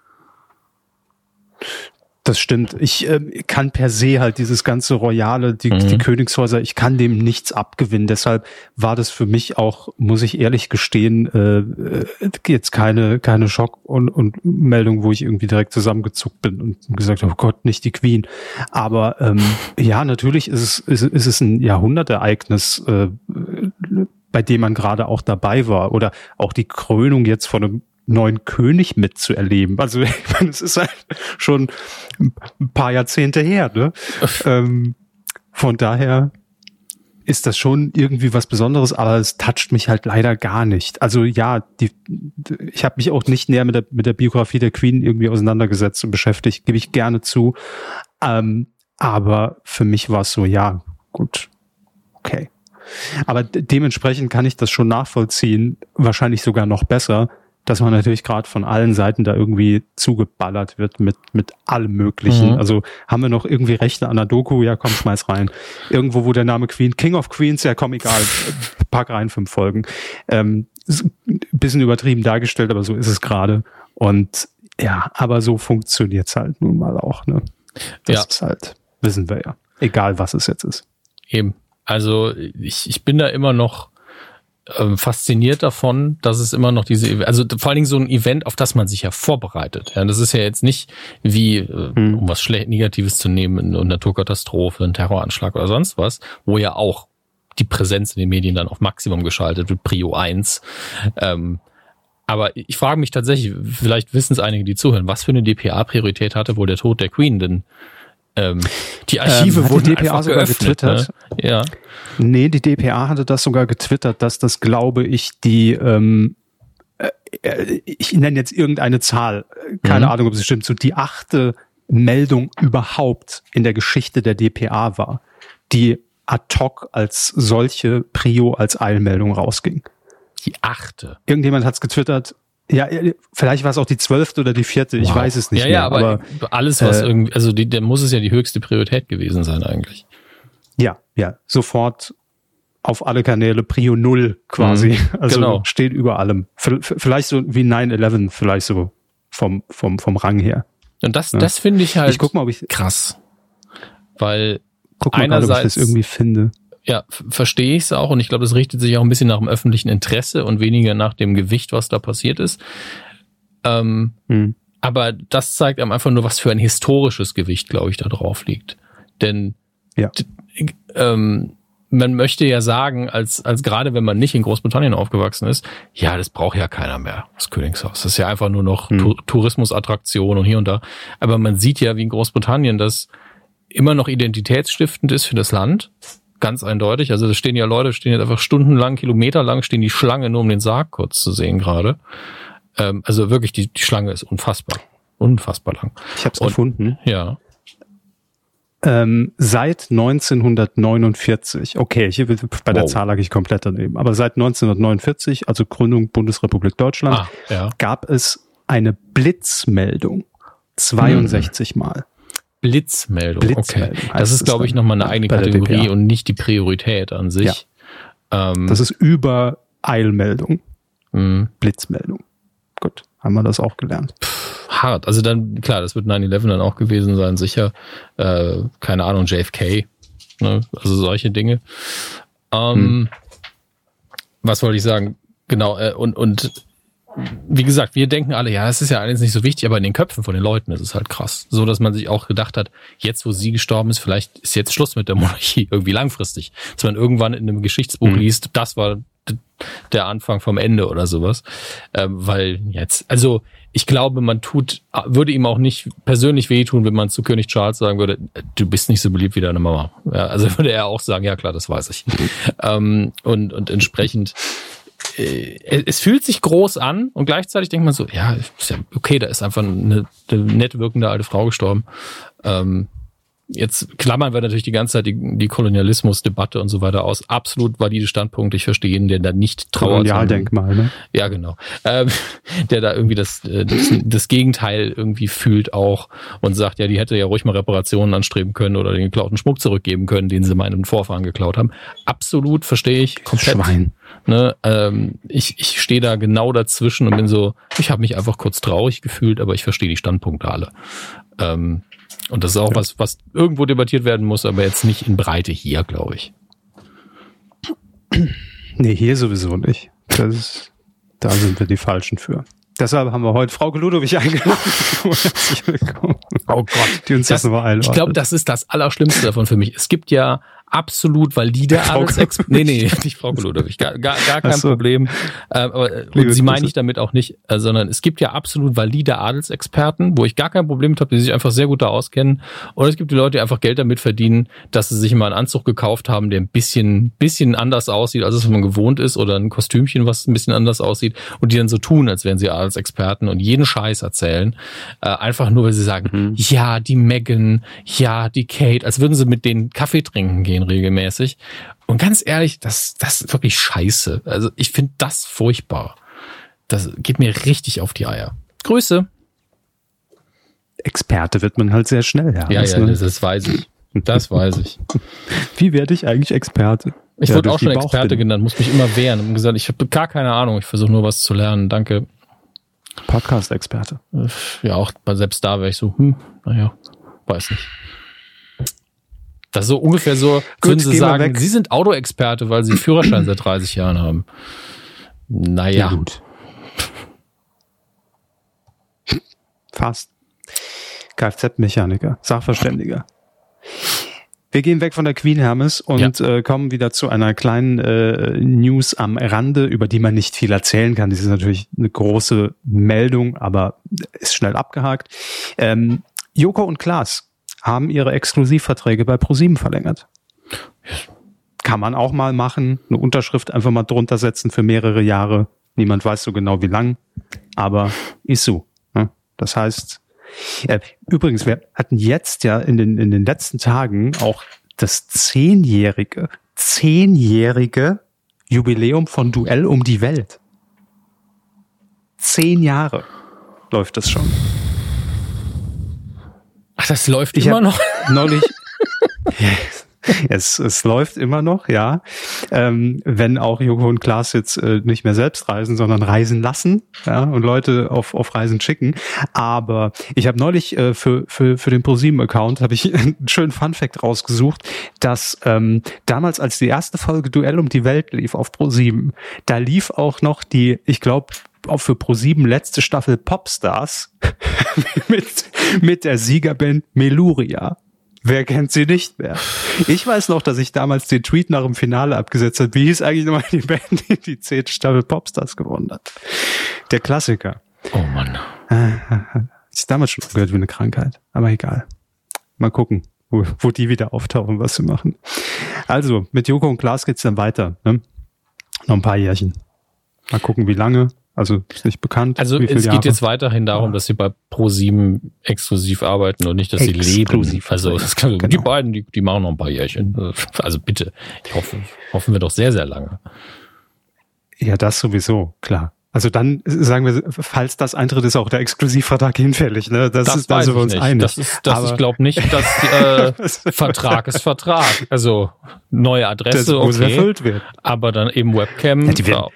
Das stimmt. Ich äh, kann per se halt dieses ganze Royale, die, Mhm. die Königshäuser, ich kann dem nichts abgewinnen. Deshalb war das für mich auch, muss ich ehrlich gestehen, äh, äh, jetzt keine keine Schock- und, und Meldung, wo ich irgendwie direkt zusammengezuckt bin und gesagt habe, oh Gott, nicht die Queen. Aber ähm, ja, natürlich ist es, ist, ist es ein Jahrhundertereignis, äh, bei dem man gerade auch dabei war. Oder auch die Krönung jetzt von einem neuen König mitzuerleben. Also ich meine, es ist halt schon ein paar Jahrzehnte her, ne? ähm, von daher ist das schon irgendwie was Besonderes, aber es toucht mich halt leider gar nicht. Also ja, die, ich habe mich auch nicht näher mit der, mit der Biografie der Queen irgendwie auseinandergesetzt und beschäftigt, gebe ich gerne zu. Ähm, aber für mich war es so, ja, gut, okay. Aber de- dementsprechend kann ich das schon nachvollziehen, wahrscheinlich sogar noch besser, dass man natürlich gerade von allen Seiten da irgendwie zugeballert wird mit mit allem Möglichen. Mhm. Also haben wir noch irgendwie Rechte an der Doku? Ja, komm, schmeiß rein. Irgendwo, wo der Name Queen, King of Queens, ja komm, egal, pack rein, fünf Folgen. Ähm, ist ein bisschen übertrieben dargestellt, aber so ist es gerade. Und ja, aber so funktioniert's halt nun mal auch. Ne? Das Ja. ist halt, wissen wir ja. Egal, was es jetzt ist. Eben. Also ich, ich bin da immer noch ähm, fasziniert davon, dass es immer noch diese, also vor allen Dingen so ein Event, auf das man sich ja vorbereitet. Ja, das ist ja jetzt nicht wie, äh, Hm. um was schlecht Negatives zu nehmen, eine Naturkatastrophe, ein Terroranschlag oder sonst was, wo ja auch die Präsenz in den Medien dann auf Maximum geschaltet wird, Prio eins. Ähm, aber ich frage mich tatsächlich, vielleicht wissen es einige, die zuhören, was für eine D P A-Priorität hatte wohl der Tod der Queen, denn ähm, die Archive Ähm, hat die wurden D P A einfach sogar geöffnet. getwittert? Ne? Ja. Nee, die D P A hatte das sogar getwittert, dass das, glaube ich, die, ähm, äh, ich nenne jetzt irgendeine Zahl, keine Mhm. Ahnung, ob sie stimmt, so die achte Meldung überhaupt in der Geschichte der D P A war, die ad hoc als solche Prio als Eilmeldung rausging. Die achte. Irgendjemand hat's getwittert. Ja, vielleicht war es auch die zwölfte oder die vierte, ich Wow. weiß es nicht ja, mehr. Ja, aber, alles, was äh, irgendwie, also die, der muss es ja die höchste Priorität gewesen sein eigentlich. Ja, ja, sofort auf alle Kanäle Prio Null quasi. Mhm, also genau. steht über allem. V- v- vielleicht so wie nine eleven, vielleicht so vom, vom, vom Rang her. Und das, Ja. das finde ich halt Ich guck mal, ob ich, krass. Weil guck mal gerade, ob ich einerseits- das irgendwie finde. ja, f- verstehe ich es auch und ich glaube, das richtet sich auch ein bisschen nach dem öffentlichen Interesse und weniger nach dem Gewicht, was da passiert ist. Ähm, Hm. aber das zeigt einem einfach nur, was für ein historisches Gewicht, glaube ich, da drauf liegt. Denn Ja. d- ähm, man möchte ja sagen, als als gerade wenn man nicht in Großbritannien aufgewachsen ist, ja, das braucht ja keiner mehr, das Königshaus. Das ist ja einfach nur noch hm. Tu- Tourismusattraktion und hier und da. Aber man sieht ja, wie in Großbritannien das immer noch identitätsstiftend ist für das Land. Ganz eindeutig. Also da stehen ja Leute, stehen jetzt einfach stundenlang, kilometerlang, stehen die Schlange nur um den Sarg kurz zu sehen gerade. Ähm, also wirklich, die, die Schlange ist unfassbar. Unfassbar lang. Ich habe es gefunden. Ja. Ähm, seit neunzehnhundertneunundvierzig, okay, hier bei der wow. Zahl lag ich komplett daneben, aber seit neunzehnhundertneunundvierzig, also Gründung Bundesrepublik Deutschland, ah, ja. gab es eine Blitzmeldung zweiundsechzig hm. Mal. Blitzmeldung, Blitzmeldung okay. Das ist, glaube ich, nochmal eine eigene Kategorie und nicht die Priorität an sich. Ja. Ähm, das ist über Eilmeldung. Hm. Blitzmeldung. Gut, haben wir das auch gelernt. Pff, hart. Also dann, klar, das wird neun elf dann auch gewesen sein, sicher. Äh, keine Ahnung, J F K. Ne? Also solche Dinge. Ähm, hm. Was wollte ich sagen? Genau, äh, und, und wie gesagt, wir denken alle, ja, es ist ja alles nicht so wichtig, aber in den Köpfen von den Leuten ist es halt krass. So, dass man sich auch gedacht hat, jetzt, wo sie gestorben ist, vielleicht ist jetzt Schluss mit der Monarchie, irgendwie langfristig. Dass man irgendwann in einem Geschichtsbuch mhm. liest, das war d- der Anfang vom Ende oder sowas. Ähm, weil jetzt, also ich glaube, man tut, würde ihm auch nicht persönlich wehtun, wenn man zu König Charles sagen würde, du bist nicht so beliebt wie deine Mama. Ja, also würde er auch sagen, ja klar, das weiß ich. Mhm. Ähm, und, und entsprechend es fühlt sich groß an und gleichzeitig denkt man so, ja, ist ja okay, da ist einfach eine, eine nett wirkende alte Frau gestorben. Ähm, jetzt klammern wir natürlich die ganze Zeit die, die Kolonialismusdebatte und so weiter aus. Absolut valide Standpunkt. Ich verstehe jeden, der da nicht trauert. Kolonialdenkmal, ne? Ja, genau. Ähm, der da irgendwie das, das, das Gegenteil irgendwie fühlt auch und sagt, ja, die hätte ja ruhig mal Reparationen anstreben können oder den geklauten Schmuck zurückgeben können, den sie meinen Vorfahren geklaut haben. Absolut verstehe ich komplett. Schwein. Ne, ähm, ich ich stehe da genau dazwischen und bin so, ich habe mich einfach kurz traurig gefühlt, aber ich verstehe die Standpunkte alle. Ähm, und das ist auch ja. was, was irgendwo debattiert werden muss, aber jetzt nicht in Breite hier, glaube ich. Nee, hier sowieso nicht. Das ist, da sind wir die Falschen für. Deshalb haben wir heute Frau Ludowig eingeladen. Herzlich willkommen. Oh Gott. Die uns das, das nochmal einladen. Ich glaube, das ist das Allerschlimmste davon für mich. Es gibt ja absolut valide Adelsexperten. Nee, nee, nicht Frau Ludowig. Gar, gar, gar kein so. Problem. Äh, aber, und sie meine ich damit auch nicht, äh, sondern es gibt ja absolut valide Adelsexperten, wo ich gar kein Problem mit habe, die sich einfach sehr gut da auskennen. Und es gibt die Leute, die einfach Geld damit verdienen, dass sie sich mal einen Anzug gekauft haben, der ein bisschen, bisschen anders aussieht, als es man gewohnt ist, oder ein Kostümchen, was ein bisschen anders aussieht, und die dann so tun, als wären sie Adelsexperten und jeden Scheiß erzählen. Äh, einfach nur, weil sie sagen, mhm. ja, die Meghan, ja, die Kate, als würden sie mit denen Kaffee trinken gehen regelmäßig. Und ganz ehrlich, das, das ist wirklich scheiße. Also ich finde das furchtbar. Das geht mir richtig auf die Eier. Grüße. Experte wird man halt sehr schnell. Ja, ja, ja, das, das weiß ich. Das weiß ich. Wie werde ich eigentlich Experte? Ich ja, wurde auch schon Experte genannt, muss mich immer wehren. Und gesagt, ich habe gar keine Ahnung, ich versuche nur was zu lernen. Danke. Podcast-Experte. Ja, auch selbst da wäre ich so, hm, naja, weiß nicht. Das ist so ungefähr so, würden Sie sagen, Sie sind Autoexperte, weil Sie Führerschein seit dreißig Jahren haben. Naja. Ja, gut. Fast. Kfz-Mechaniker, Sachverständiger. Wir gehen weg von der Queen, Hermes, und ja. äh, kommen wieder zu einer kleinen äh, News am Rande, über die man nicht viel erzählen kann. Das ist natürlich eine große Meldung, aber ist schnell abgehakt. Ähm, Joko und Klaas haben ihre Exklusivverträge bei ProSieben verlängert. Kann man auch mal machen, eine Unterschrift einfach mal drunter setzen für mehrere Jahre. Niemand weiß so genau wie lang, aber ist so. Ne? Das heißt, äh, übrigens, wir hatten jetzt ja in den, in den letzten Tagen auch das zehnjährige, zehnjährige Jubiläum von Duell um die Welt. Zehn Jahre läuft das schon. Ach, das läuft ich immer noch? Neulich. es, es läuft immer noch, ja. Ähm, wenn auch Joko und Klaas jetzt äh, nicht mehr selbst reisen, sondern reisen lassen, ja, und Leute auf, auf Reisen schicken. Aber ich habe neulich äh, für, für, für den ProSieben-Account habe ich einen schönen Funfact rausgesucht, dass ähm, damals, als die erste Folge Duell um die Welt lief auf ProSieben, da lief auch noch die, ich glaube, auch für ProSieben letzte Staffel Popstars mit, mit der Siegerband Meluria. Wer kennt sie nicht mehr? Ich weiß noch, dass ich damals den Tweet nach dem Finale abgesetzt habe. Wie hieß eigentlich nochmal die Band, die die zehn Staffel Popstars gewonnen hat? Der Klassiker. Oh Mann. Ist damals schon gehört wie eine Krankheit. Aber egal. Mal gucken, wo, wo die wieder auftauchen, was sie machen. Also, mit Joko und Klaas geht's dann weiter. Ne? Noch ein paar Jährchen. Mal gucken, wie lange. Also ist nicht bekannt. Also es geht Jahre. Jetzt weiterhin darum, ja. dass sie bei ProSieben exklusiv arbeiten und nicht, dass exklusiv sie leben. Also das kann, genau. Die beiden, die, die machen noch ein paar Jährchen. Also bitte, ich hoffe, hoffen wir doch sehr, sehr lange. Ja, das sowieso, klar. Also dann sagen wir, falls das eintritt, ist auch der Exklusivvertrag hinfällig. Ne? Das, das ist da sind wir uns nicht. einig. Das ist, das ich glaube nicht, dass äh, Vertrag ist Vertrag. Also neue Adresse, das muss okay, erfüllt wird. Aber dann eben Webcam. Ja, die werden,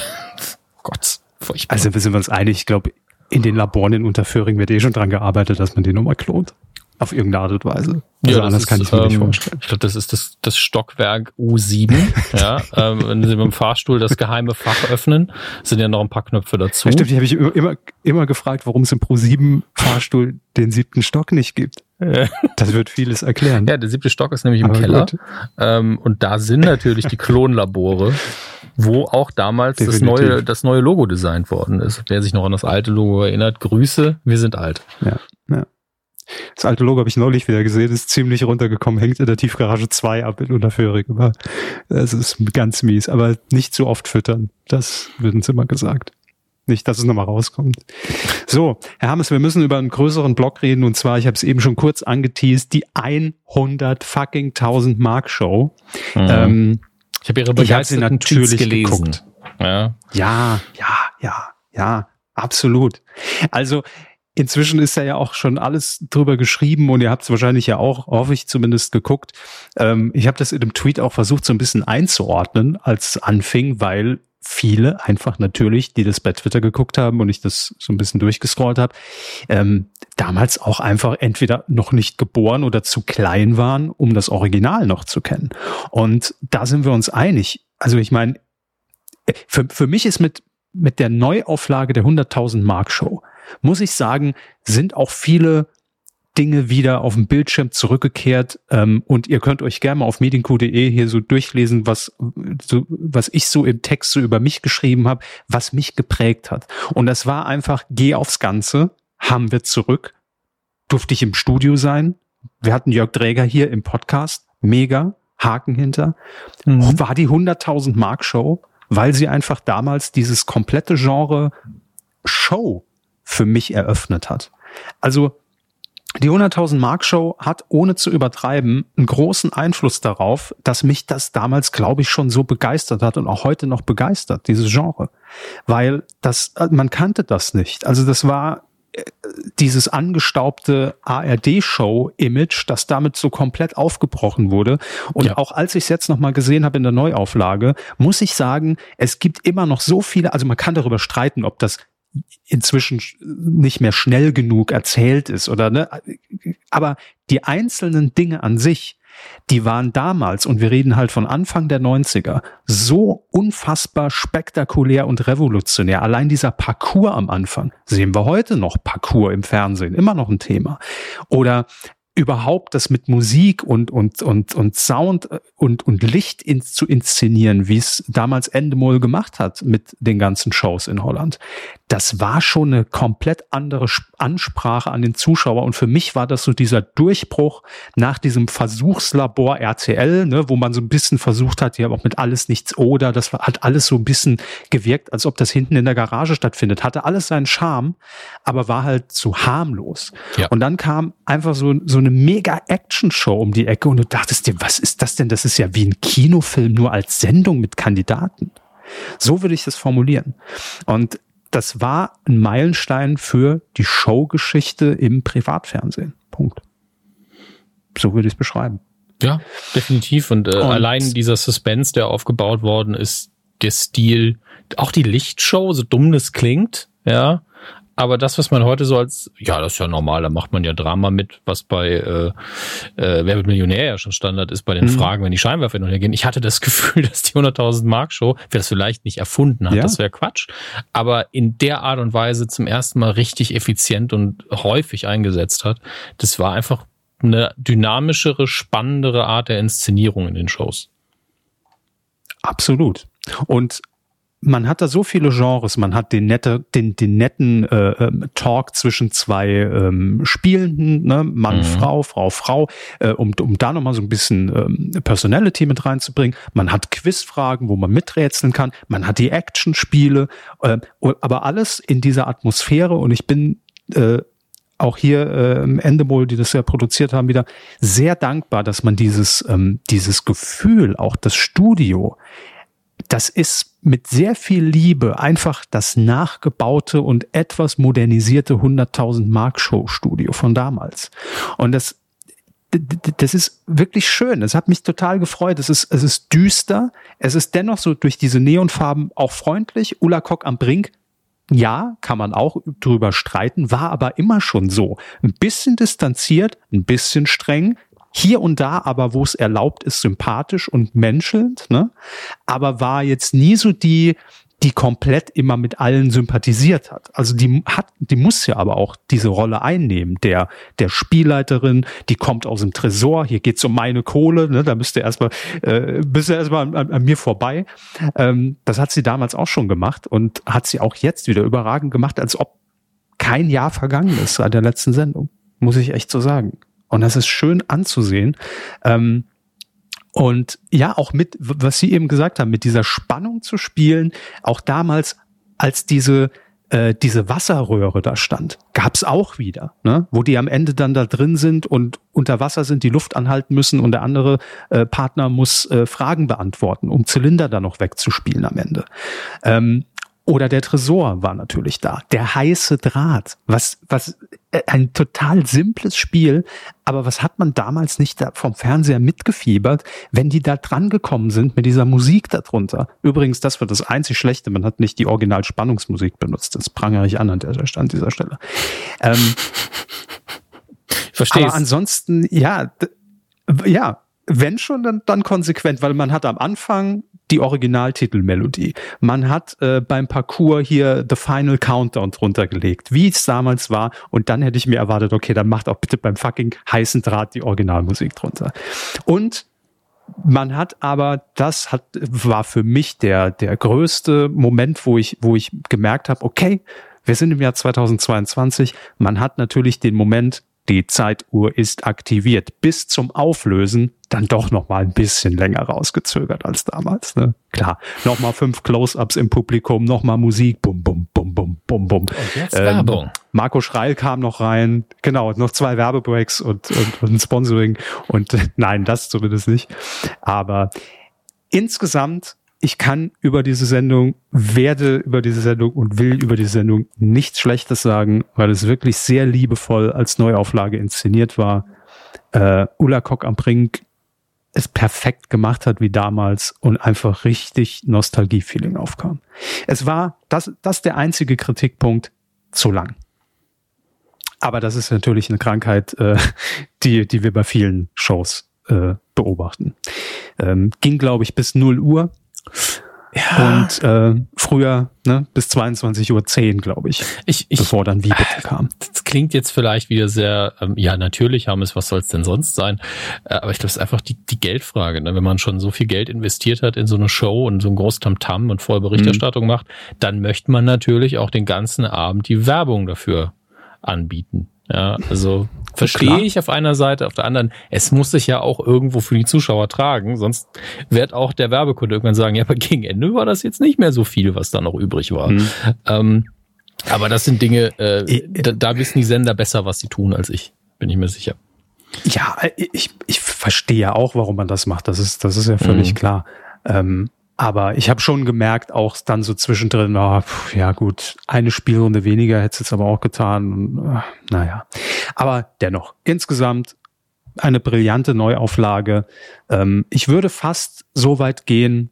Gott. Furchtbar. Also sind wir uns einig, ich glaube, in den Laboren in Unterföhring wird eh schon dran gearbeitet, dass man den nochmal klont. Auf irgendeine Art und Weise. Also ja, anders ist, kann ich mir ähm, nicht vorstellen. Ich glaube, das ist das, das Stockwerk U sieben. Ja, ähm, wenn Sie mit dem Fahrstuhl das geheime Fach öffnen, sind ja noch ein paar Knöpfe dazu. Ja, stimmt, die habe ich immer, immer, immer gefragt, warum es im Pro sieben Fahrstuhl den siebten Stock nicht gibt. Das wird vieles erklären. Ja, der siebte Stock ist nämlich im Aber Keller. Ähm, und da sind natürlich die Klonlabore, wo auch damals das neue, das neue Logo designt worden ist. Wer sich noch an das alte Logo erinnert, Grüße, wir sind alt. Ja, ja. Das alte Logo habe ich neulich wieder gesehen, ist ziemlich runtergekommen, hängt in der Tiefgarage zwei ab in Unterföhring. Das ist ganz mies, aber nicht zu oft füttern. Das wird uns immer gesagt. Nicht, dass es nochmal rauskommt. So, Herr Hammes, wir müssen über einen größeren Block reden, und zwar, ich habe es eben schon kurz angeteased, die hundert fucking tausend Mark Show. Mhm. Ähm, ich habe Ihre begeisterten Tweets gelesen. Geguckt. Ja. ja, ja, ja, ja, absolut. Also inzwischen ist da ja auch schon alles drüber geschrieben und ihr habt es wahrscheinlich ja auch, hoffe ich zumindest, geguckt. Ähm, ich habe das in dem Tweet auch versucht, so ein bisschen einzuordnen, als es anfing, weil viele einfach natürlich, die das bei Twitter geguckt haben und ich das so ein bisschen durchgescrollt habe, ähm, damals auch einfach entweder noch nicht geboren oder zu klein waren, um das Original noch zu kennen. Und da sind wir uns einig. Also ich meine, für, für mich ist mit, mit der Neuauflage der hunderttausend Mark Show, muss ich sagen, sind auch viele Dinge wieder auf dem Bildschirm zurückgekehrt, ähm, und ihr könnt euch gerne mal auf medienq punkt de hier so durchlesen, was so, was ich so im Text so über mich geschrieben habe, was mich geprägt hat. Und das war einfach, geh aufs Ganze, haben wir zurück, durfte ich im Studio sein, wir hatten Jörg Dräger hier im Podcast, mega, Haken hinter, mhm. war die hunderttausend Mark Show, weil sie einfach damals dieses komplette Genre Show für mich eröffnet hat. Also die hunderttausend Mark Show hat, ohne zu übertreiben, einen großen Einfluss darauf, dass mich das damals, glaube ich, schon so begeistert hat und auch heute noch begeistert, dieses Genre. Weil das, man kannte das nicht. Also das war dieses angestaubte A R D-Show-Image, das damit so komplett aufgebrochen wurde. Und ja. auch als ich es jetzt nochmal gesehen habe in der Neuauflage, muss ich sagen, es gibt immer noch so viele, also man kann darüber streiten, ob das inzwischen nicht mehr schnell genug erzählt ist oder ne, aber die einzelnen Dinge an sich, die waren damals, und wir reden halt von Anfang der neunziger, so unfassbar spektakulär und revolutionär. Allein dieser Parcours am Anfang, sehen wir heute noch Parcours im Fernsehen, immer noch ein Thema. Oder überhaupt das mit Musik und und und und Sound und und Licht in, zu inszenieren, wie es damals Endemol gemacht hat mit den ganzen Shows in Holland. Das war schon eine komplett andere Ansprache an den Zuschauer, und für mich war das so dieser Durchbruch nach diesem Versuchslabor R T L, ne, wo man so ein bisschen versucht hat, ja auch mit Alles Nichts Oder, das hat alles so ein bisschen gewirkt, als ob das hinten in der Garage stattfindet, hatte alles seinen Charme, aber war halt so harmlos. Ja. Und dann kam einfach so so eine Mega-Action-Show um die Ecke und du dachtest dir, was ist das denn? Das ist ja wie ein Kinofilm, nur als Sendung mit Kandidaten. So würde ich das formulieren. Und das war ein Meilenstein für die Showgeschichte im Privatfernsehen. Punkt. So würde ich es beschreiben. Ja, definitiv. Und, äh, und allein dieser Suspense, der aufgebaut worden ist, der Stil, auch die Lichtshow, so dumm das klingt, ja, aber das, was man heute so als, ja, das ist ja normal, da macht man ja Drama mit, was bei äh, äh, Wer wird Millionär ja schon Standard ist bei den mhm. Fragen, wenn die Scheinwerfer hin und her gehen. Ich hatte das Gefühl, dass die hunderttausend Mark Show, wer das vielleicht nicht erfunden hat, ja. das wäre Quatsch, aber in der Art und Weise zum ersten Mal richtig effizient und häufig eingesetzt hat. Das war einfach eine dynamischere, spannendere Art der Inszenierung in den Shows. Absolut. Und man hat da so viele Genres. Man hat den, nette, den, den netten äh, Talk zwischen zwei ähm, Spielenden, ne? Mann, mhm. Frau, Frau, Frau, äh, um, um da nochmal so ein bisschen ähm, Personality mit reinzubringen. Man hat Quizfragen, wo man miträtseln kann. Man hat die Actionspiele, äh, aber alles in dieser Atmosphäre. Und ich bin äh, auch hier äh, im Endemol, die das ja produziert haben, wieder sehr dankbar, dass man dieses, ähm, dieses Gefühl, auch das Studio, das ist mit sehr viel Liebe einfach das nachgebaute und etwas modernisierte hunderttausend Mark Show-Studio von damals. Und das, das ist wirklich schön. Es hat mich total gefreut. Es ist, es ist düster. Es ist dennoch so durch diese Neonfarben auch freundlich. Ulla Kock am Brink, ja, kann man auch drüber streiten, war aber immer schon so. Ein bisschen distanziert, ein bisschen streng. Hier und da aber, wo es erlaubt ist, sympathisch und menschelnd, ne? Aber war jetzt nie so die, die komplett immer mit allen sympathisiert hat. Also die hat, die muss ja aber auch diese Rolle einnehmen, der, der Spielleiterin, die kommt aus dem Tresor, hier geht's um meine Kohle, ne? Da müsst ihr erstmal, äh, bist ihr erstmal an, an mir vorbei. Ähm, das hat sie damals auch schon gemacht und hat sie auch jetzt wieder überragend gemacht, als ob kein Jahr vergangen ist seit der letzten Sendung. Muss ich echt so sagen. Und das ist schön anzusehen. Ähm, und ja, auch mit, was Sie eben gesagt haben, mit dieser Spannung zu spielen, auch damals, als diese äh, diese Wasserröhre da stand, gab's auch wieder, ne? Wo die am Ende dann da drin sind und unter Wasser sind, die Luft anhalten müssen und der andere äh, Partner muss äh, Fragen beantworten, um Zylinder da noch wegzuspielen am Ende. Ähm, Oder der Tresor war natürlich da. Der heiße Draht. Was, was, ein total simples Spiel. Aber was hat man damals nicht da vom Fernseher mitgefiebert, wenn die da dran gekommen sind mit dieser Musik darunter? Übrigens, das war das einzig Schlechte. Man hat nicht die Original-Spannungsmusik benutzt. Das prangere ich an an der, an dieser Stelle. Ähm, Verstehst. Aber ansonsten, ja, d- ja, wenn schon, dann, dann konsequent, weil man hat am Anfang die Originaltitelmelodie. Man hat äh, beim Parcours hier The Final Countdown drunter gelegt, wie es damals war. Und dann hätte ich mir erwartet, okay, dann macht auch bitte beim fucking heißen Draht die Originalmusik drunter. Und man hat aber, das hat war für mich der der größte Moment, wo ich wo ich gemerkt habe, okay, wir sind im Jahr zweitausendzweiundzwanzig. Man hat natürlich den Moment, die Zeituhr ist aktiviert, bis zum Auflösen dann doch noch mal ein bisschen länger rausgezögert als damals. Ne? Klar, noch mal fünf Close-Ups im Publikum, noch mal Musik, bum, bum, bum, bum, bum, bum. Und jetzt ähm, Werbung. Marco Schreil kam noch rein, genau, noch zwei Werbebreaks und, und, und ein Sponsoring und äh, nein, das zumindest nicht. Aber insgesamt, ich kann über diese Sendung, werde über diese Sendung und will über diese Sendung nichts Schlechtes sagen, weil es wirklich sehr liebevoll als Neuauflage inszeniert war. Äh, Ulla Kock am Brink es perfekt gemacht hat wie damals und einfach richtig Nostalgie-Feeling aufkam. Es war das, das der einzige Kritikpunkt, zu lang. Aber das ist natürlich eine Krankheit, äh, die, die wir bei vielen Shows äh, beobachten. Ähm, ging, glaube ich, bis null Uhr. Ja. Und äh, früher ne, bis zweiundzwanzig Uhr zehn, glaube ich, ich, ich, bevor dann Wie bitte kam. Das klingt jetzt vielleicht wieder sehr, ähm, ja natürlich haben es, was soll es denn sonst sein, äh, aber ich glaube, es ist einfach die, die Geldfrage, ne? Wenn man schon so viel Geld investiert hat in so eine Show und so ein großes Tamtam und voll Berichterstattung mhm. macht, dann möchte man natürlich auch den ganzen Abend die Werbung dafür anbieten. Ja, also verstehe ich auf einer Seite, auf der anderen, es muss sich ja auch irgendwo für die Zuschauer tragen, sonst wird auch der Werbekunde irgendwann sagen, ja, aber gegen Ende war das jetzt nicht mehr so viel, was da noch übrig war. Mhm. Ähm, aber das sind Dinge, äh, da, da wissen die Sender besser, was sie tun, als ich, bin ich mir sicher. Ja, ich, ich verstehe ja auch, warum man das macht, das ist, das ist ja völlig mhm. klar. Ähm, Aber ich habe schon gemerkt, auch dann so zwischendrin, oh, pf, ja gut, eine Spielrunde weniger hätte es jetzt aber auch getan. Und, äh, naja, aber dennoch, insgesamt eine brillante Neuauflage. Ähm, ich würde fast so weit gehen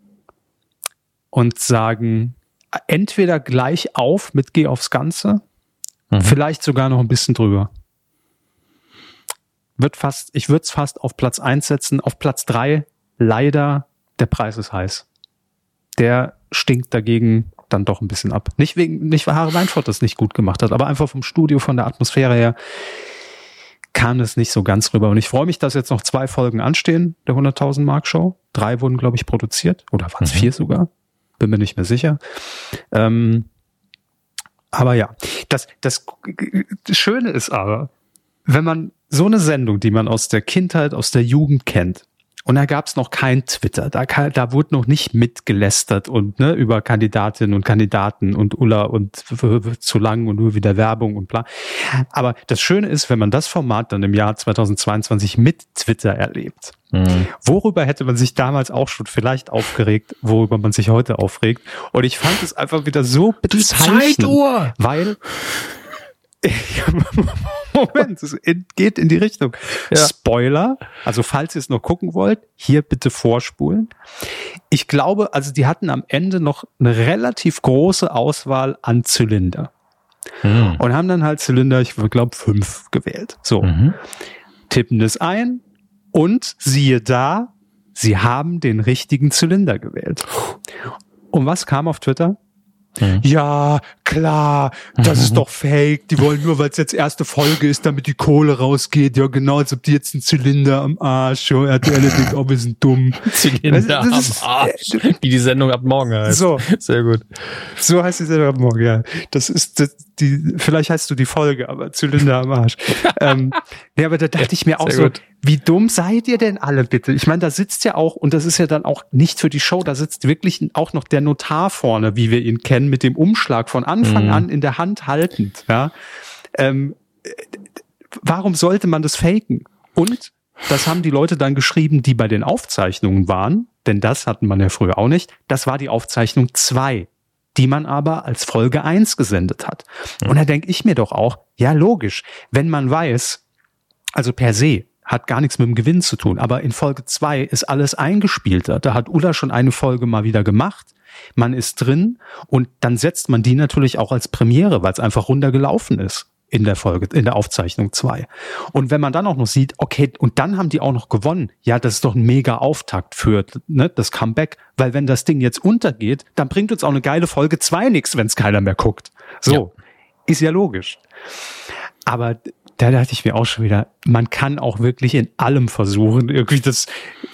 und sagen, entweder gleich auf mit Geh aufs Ganze, mhm. vielleicht sogar noch ein bisschen drüber. Wird fast, ich würde es fast auf Platz eins setzen, auf Platz drei leider, der Preis ist heiß. Der stinkt dagegen dann doch ein bisschen ab. Nicht wegen, nicht weil Harry Weinfurt das nicht gut gemacht hat, aber einfach vom Studio, von der Atmosphäre her kam das nicht so ganz rüber. Und ich freue mich, dass jetzt noch zwei Folgen anstehen, der hunderttausend Mark Show. Drei wurden, glaube ich, produziert. Oder waren es mhm. vier sogar? Bin mir nicht mehr sicher. Ähm, aber ja, das, das, das Schöne ist aber, wenn man so eine Sendung, die man aus der Kindheit, aus der Jugend kennt, und da gab es noch kein Twitter, da, da wurde noch nicht mitgelästert und ne, über Kandidatinnen und Kandidaten und Ulla und zu lang und nur wieder Werbung und bla. Aber das Schöne ist, wenn man das Format dann im Jahr zweitausendzweiundzwanzig mit Twitter erlebt, mhm. worüber hätte man sich damals auch schon vielleicht aufgeregt, worüber man sich heute aufregt. Und ich fand es einfach wieder so bezeichnend, weil Moment, es geht in die Richtung. Ja. Spoiler, also falls ihr es noch gucken wollt, hier bitte vorspulen. Ich glaube, also die hatten am Ende noch eine relativ große Auswahl an Zylinder. Mhm. Und haben dann halt Zylinder, ich glaube, fünf gewählt. So, mhm. tippen das ein und siehe da, sie haben den richtigen Zylinder gewählt. Und was kam auf Twitter? Mhm. Ja, klar, das ist doch fake. Die wollen nur, weil es jetzt erste Folge ist, damit die Kohle rausgeht. Ja, genau, als ob die jetzt einen Zylinder am Arsch. Ja, R T L denkt, oh, wir sind dumm. Zylinder das, das ist, am Arsch. Wie die Sendung ab morgen heißt. So. Sehr gut. So heißt die Sendung ab morgen, ja. Das ist das, die, vielleicht heißt du die Folge, aber Zylinder am Arsch. ähm, ja, aber da dachte ja, ich mir auch so, gut. Wie dumm seid ihr denn alle bitte? Ich meine, da sitzt ja auch, und das ist ja dann auch nicht für die Show, da sitzt wirklich auch noch der Notar vorne, wie wir ihn kennen, mit dem Umschlag von Anfang mhm. an in der Hand haltend. Ja, ähm, warum sollte man das faken? Und das haben die Leute dann geschrieben, die bei den Aufzeichnungen waren, denn das hatten man ja früher auch nicht. Das war die Aufzeichnung zwei, die man aber als Folge eins gesendet hat. Mhm. Und da denke ich mir doch auch, ja logisch, wenn man weiß, also per se, hat gar nichts mit dem Gewinn zu tun. Aber in Folge zwei ist alles eingespielter. Da hat Ulla schon eine Folge mal wieder gemacht. Man ist drin und dann setzt man die natürlich auch als Premiere, weil es einfach runtergelaufen ist in der Folge, in der Aufzeichnung zwei. Und wenn man dann auch noch sieht, okay, und dann haben die auch noch gewonnen. Ja, das ist doch ein mega Auftakt für ne, das Comeback. Weil wenn das Ding jetzt untergeht, dann bringt uns auch eine geile Folge zwei nichts, wenn es keiner mehr guckt. So, ja. Ist ja logisch. Aber da dachte ich mir auch schon wieder, man kann auch wirklich in allem versuchen, irgendwie das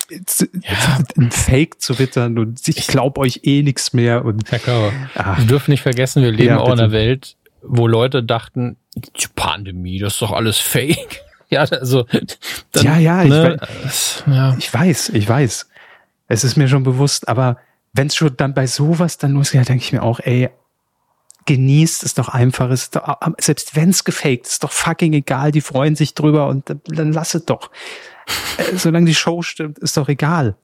ja. ein Fake zu wittern und ich glaube euch eh nichts mehr. Und Herr Körber, wir dürfen nicht vergessen, wir leben ja, auch in einer Welt, wo Leute dachten, die Pandemie, das ist doch alles Fake. Ja, also dann, ja, ja, ne, ich, weiß, ja, ich weiß, ich weiß. Es ist mir schon bewusst, aber wenn es schon dann bei sowas dann losgeht, denke ich mir auch, ey, genießt es doch einfach, ist doch, selbst wenn es gefaked ist, doch fucking egal, die freuen sich drüber und dann lass es doch. Solange die Show stimmt, ist doch egal.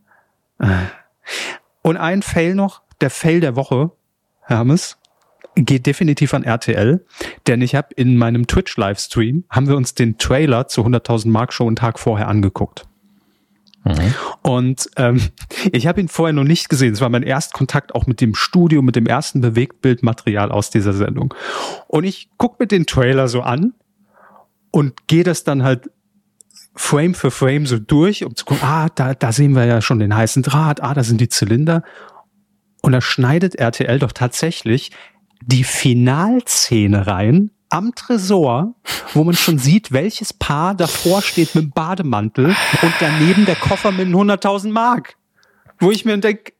Und ein Fail noch, der Fail der Woche, Hermes, geht definitiv an R T L, denn ich habe in meinem Twitch-Livestream, haben wir uns den Trailer zur hunderttausend Mark Show einen Tag vorher angeguckt. Mhm. Und ähm, ich habe ihn vorher noch nicht gesehen. Es war mein Erstkontakt auch mit dem Studio, mit dem ersten Bewegtbildmaterial aus dieser Sendung. Und ich guck mir den Trailer so an und gehe das dann halt Frame für Frame so durch, um zu gucken, ah, da, da sehen wir ja schon den heißen Draht, ah, da sind die Zylinder. Und da schneidet R T L doch tatsächlich die Finalszene rein am Tresor, wo man schon sieht, welches Paar davor steht mit dem Bademantel und daneben der Koffer mit den hunderttausend Mark. Wo ich mir denke,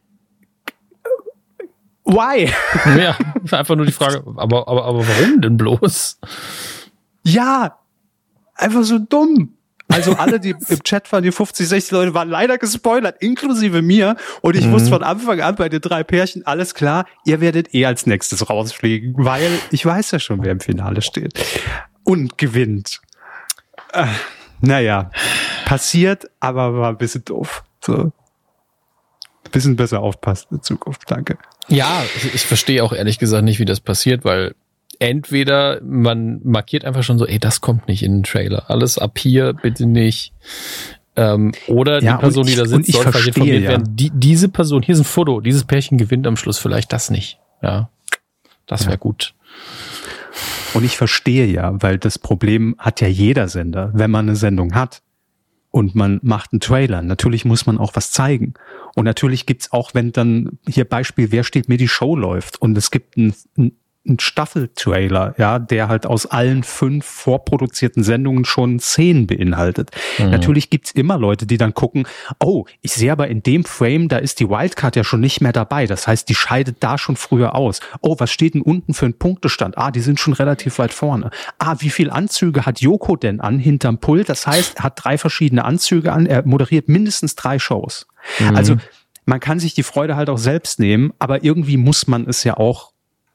why? Ja, einfach nur die Frage, aber, aber, aber warum denn bloß? Ja, einfach so dumm. Also alle, die im Chat waren, die fünfzig, sechzig Leute, waren leider gespoilert, inklusive mir. Und ich mhm. wusste von Anfang an bei den drei Pärchen, alles klar, ihr werdet eh als nächstes rausfliegen, weil ich weiß ja schon, wer im Finale steht und gewinnt. Äh, naja, passiert, aber war ein bisschen doof. So. Ein bisschen besser aufpassen in Zukunft, danke. Ja, ich, ich verstehe auch ehrlich gesagt nicht, wie das passiert, weil entweder man markiert einfach schon so, ey, das kommt nicht in den Trailer. Alles ab hier, bitte nicht. Ähm, oder ja, die Person, ich, die da sitzt, soll vielleicht informiert ja. werden. Die, diese Person, hier ist ein Foto, dieses Pärchen gewinnt am Schluss, vielleicht das nicht. Ja, das wäre ja. gut. Und ich verstehe ja, weil das Problem hat ja jeder Sender, wenn man eine Sendung hat und man macht einen Trailer. Natürlich muss man auch was zeigen. Und natürlich gibt's auch, wenn dann hier Beispiel, wer steht mir die Show läuft und es gibt ein, ein ein Staffeltrailer, ja, der halt aus allen fünf vorproduzierten Sendungen schon Szenen beinhaltet. Mhm. Natürlich gibt's immer Leute, die dann gucken, oh, ich sehe aber in dem Frame, da ist die Wildcard ja schon nicht mehr dabei. Das heißt, die scheidet da schon früher aus. Oh, was steht denn unten für ein Punktestand? Ah, die sind schon relativ weit vorne. Ah, wie viel Anzüge hat Joko denn an hinterm Pult? Das heißt, er hat drei verschiedene Anzüge an. Er moderiert mindestens drei Shows. Mhm. Also, man kann sich die Freude halt auch selbst nehmen, aber irgendwie muss man es ja auch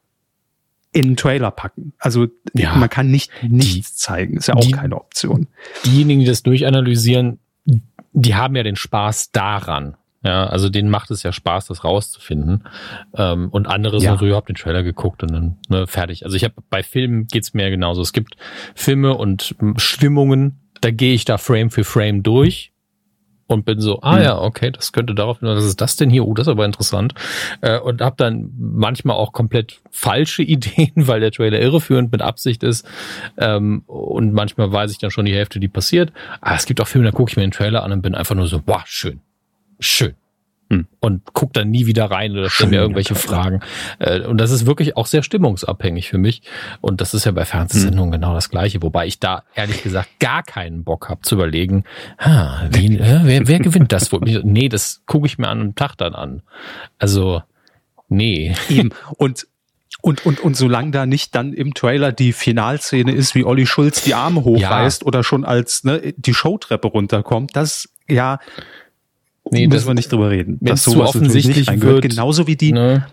in einen Trailer packen. Also ja, man kann nicht nichts die, zeigen. Ist ja auch die, keine Option. Diejenigen, die das durchanalysieren, die haben ja den Spaß daran. Ja, also denen macht es ja Spaß, das rauszufinden. Ähm, und andere ja. sind so, ich hab den Trailer geguckt und dann ne, fertig. Also ich habe bei Filmen geht's mir genauso. Es gibt Filme und Stimmungen, da gehe ich da Frame für Frame durch. Und bin so, ah ja, okay, das könnte darauf, was ist das denn hier? Oh, das ist aber interessant. Äh, und habe dann manchmal auch komplett falsche Ideen, weil der Trailer irreführend mit Absicht ist. Ähm, und manchmal weiß ich dann schon die Hälfte, die passiert. Aber es gibt auch Filme, da gucke ich mir den Trailer an und bin einfach nur so, wow, schön, schön. Hm. Und guck dann nie wieder rein oder stellen mir irgendwelche Fragen. Äh, und das ist wirklich auch sehr stimmungsabhängig für mich. Und das ist ja bei Fernsehsendungen hm. genau das Gleiche. Wobei ich da ehrlich gesagt gar keinen Bock habe zu überlegen, ah, wie, äh, wer, wer gewinnt das wohl? Nee, das gucke ich mir an einem Tag dann an. Also, nee. Eben. Und Und, und, und solange da nicht dann im Trailer die Finalszene ist, wie Olli Schulz die Arme hochreißt ja. oder schon als ne, die Showtreppe runterkommt, das ja... Nee, müssen wir nicht drüber reden. Dass sowas offensichtlich nicht wird. Genauso wie die, ne?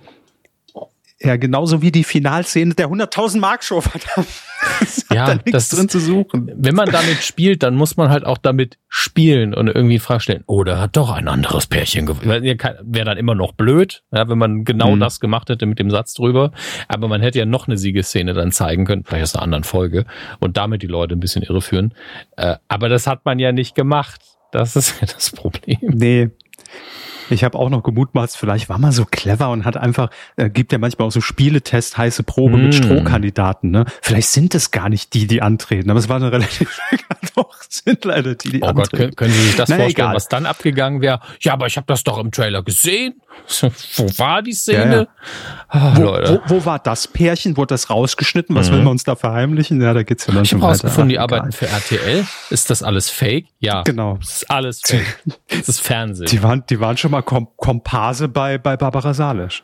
ja, genauso wie die Finalszene der hunderttausend Mark Show, verdammt. Das ja, hat da nichts drin zu suchen. Wenn man damit spielt, dann muss man halt auch damit spielen und irgendwie die Frage stellen, oh, da hat doch ein anderes Pärchen gewonnen. Wäre dann immer noch blöd, ja, wenn man genau mhm. das gemacht hätte mit dem Satz drüber. Aber man hätte ja noch eine Siegesszene dann zeigen können, vielleicht aus einer anderen Folge, und damit die Leute ein bisschen irreführen. Aber das hat man ja nicht gemacht. Das ist ja das Problem. Nee. Ich habe auch noch gemutmaßt, vielleicht war man so clever und hat einfach, äh, gibt ja manchmal auch so Spieletest, heiße Probe mm. mit Strohkandidaten, ne? Vielleicht sind es gar nicht die, die antreten, aber es waren relativ doch, sind leider die, die oh antreten. Oh Gott, können, können Sie sich das Na, vorstellen, egal. Was dann abgegangen wäre? Ja, aber ich habe das doch im Trailer gesehen. Wo war die Szene? Ja, ja. Ah, wo, Leute. Wo, wo war das Pärchen? Wurde das rausgeschnitten? Was mhm. will man uns da verheimlichen? Ja, da geht's ja dann ich schon weiter. Ich habe rausgefunden, die egal. arbeiten für R T L. Ist das alles fake? Ja. Genau. Das ist alles fake. Das ist Fernsehen. Die waren, die waren schon mal Kom- Komparse bei, bei Barbara Salisch.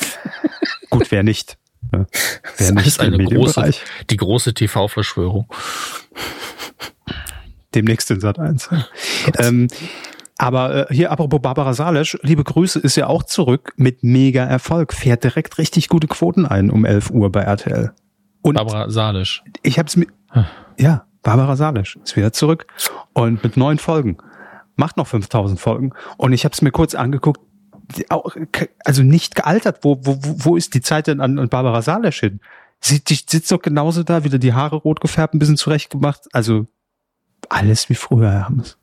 Gut, wer nicht? Ne? Wer das ist eine große, die große T V-Verschwörung. Demnächst in Sat eins. ähm, aber äh, hier, apropos Barbara Salisch, liebe Grüße, ist ja auch zurück mit mega Erfolg. Fährt direkt richtig gute Quoten ein um elf Uhr bei R T L. Und Barbara Salisch. Ich hab's mir, hm. ja, Barbara Salisch ist wieder zurück und mit neun Folgen. Macht noch fünftausend Folgen. Und ich hab's mir kurz angeguckt, also nicht gealtert. Wo, wo, wo ist die Zeit denn an, an Barbara Salisch hin? Sie die sitzt doch genauso da, wieder die Haare rot gefärbt, ein bisschen zurecht gemacht. Also alles wie früher, Herr Hammes.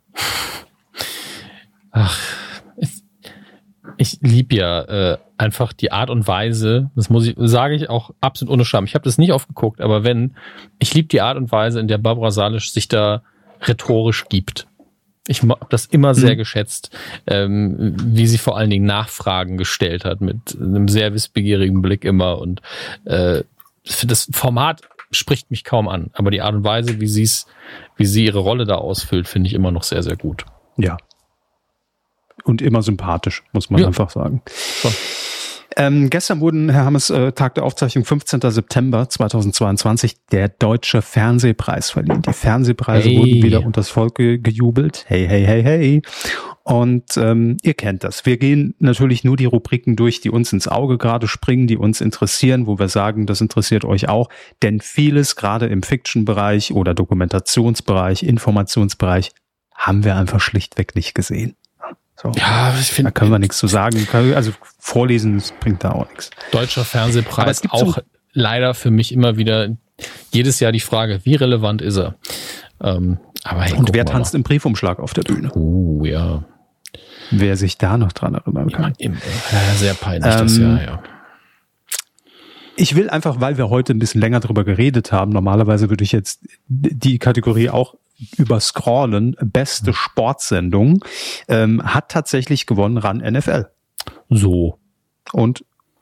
Ach, ich, ich liebe ja äh, einfach die Art und Weise, das muss ich, sage ich auch absolut ohne Scham. Ich habe das nicht aufgeguckt, aber wenn, ich liebe die Art und Weise, in der Barbara Salisch sich da rhetorisch gibt. Ich habe das immer sehr mhm. geschätzt, ähm, wie sie vor allen Dingen Nachfragen gestellt hat, mit einem sehr wissbegierigen Blick immer. Und äh, das Format spricht mich kaum an, aber die Art und Weise, wie sie es, wie sie ihre Rolle da ausfüllt, finde ich immer noch sehr, sehr gut. Ja. Und immer sympathisch, muss man ja. einfach sagen. So. Ähm, gestern wurden, Herr Hammes, äh, Tag der Aufzeichnung, fünfzehnten September zweitausendzweiundzwanzig, der Deutsche Fernsehpreis verliehen. Die Fernsehpreise hey. wurden wieder unters Volk ge- gejubelt. Hey, hey, hey, hey. Und ähm, ihr kennt das. Wir gehen natürlich nur die Rubriken durch, die uns ins Auge gerade springen, die uns interessieren, wo wir sagen, das interessiert euch auch. Denn vieles, gerade im Fiction-Bereich oder Dokumentationsbereich, Informationsbereich, haben wir einfach schlichtweg nicht gesehen. So. Ja, ich finde, da können wir nichts zu sagen. Also vorlesen, das bringt da auch nichts. Deutscher Fernsehpreis, auch so leider für mich immer wieder jedes Jahr die Frage, wie relevant ist er? Ähm, aber hey, und wer tanzt im Briefumschlag auf der Bühne? Uh, ja. Wer sich da noch dran erinnern kann. Ja, ja, sehr peinlich ähm, das Jahr, ja. Ich will einfach, weil wir heute ein bisschen länger drüber geredet haben, normalerweise würde ich jetzt die Kategorie auch überscrollen, beste hm. Sportsendung, ähm, hat tatsächlich gewonnen Run N F L. So. Und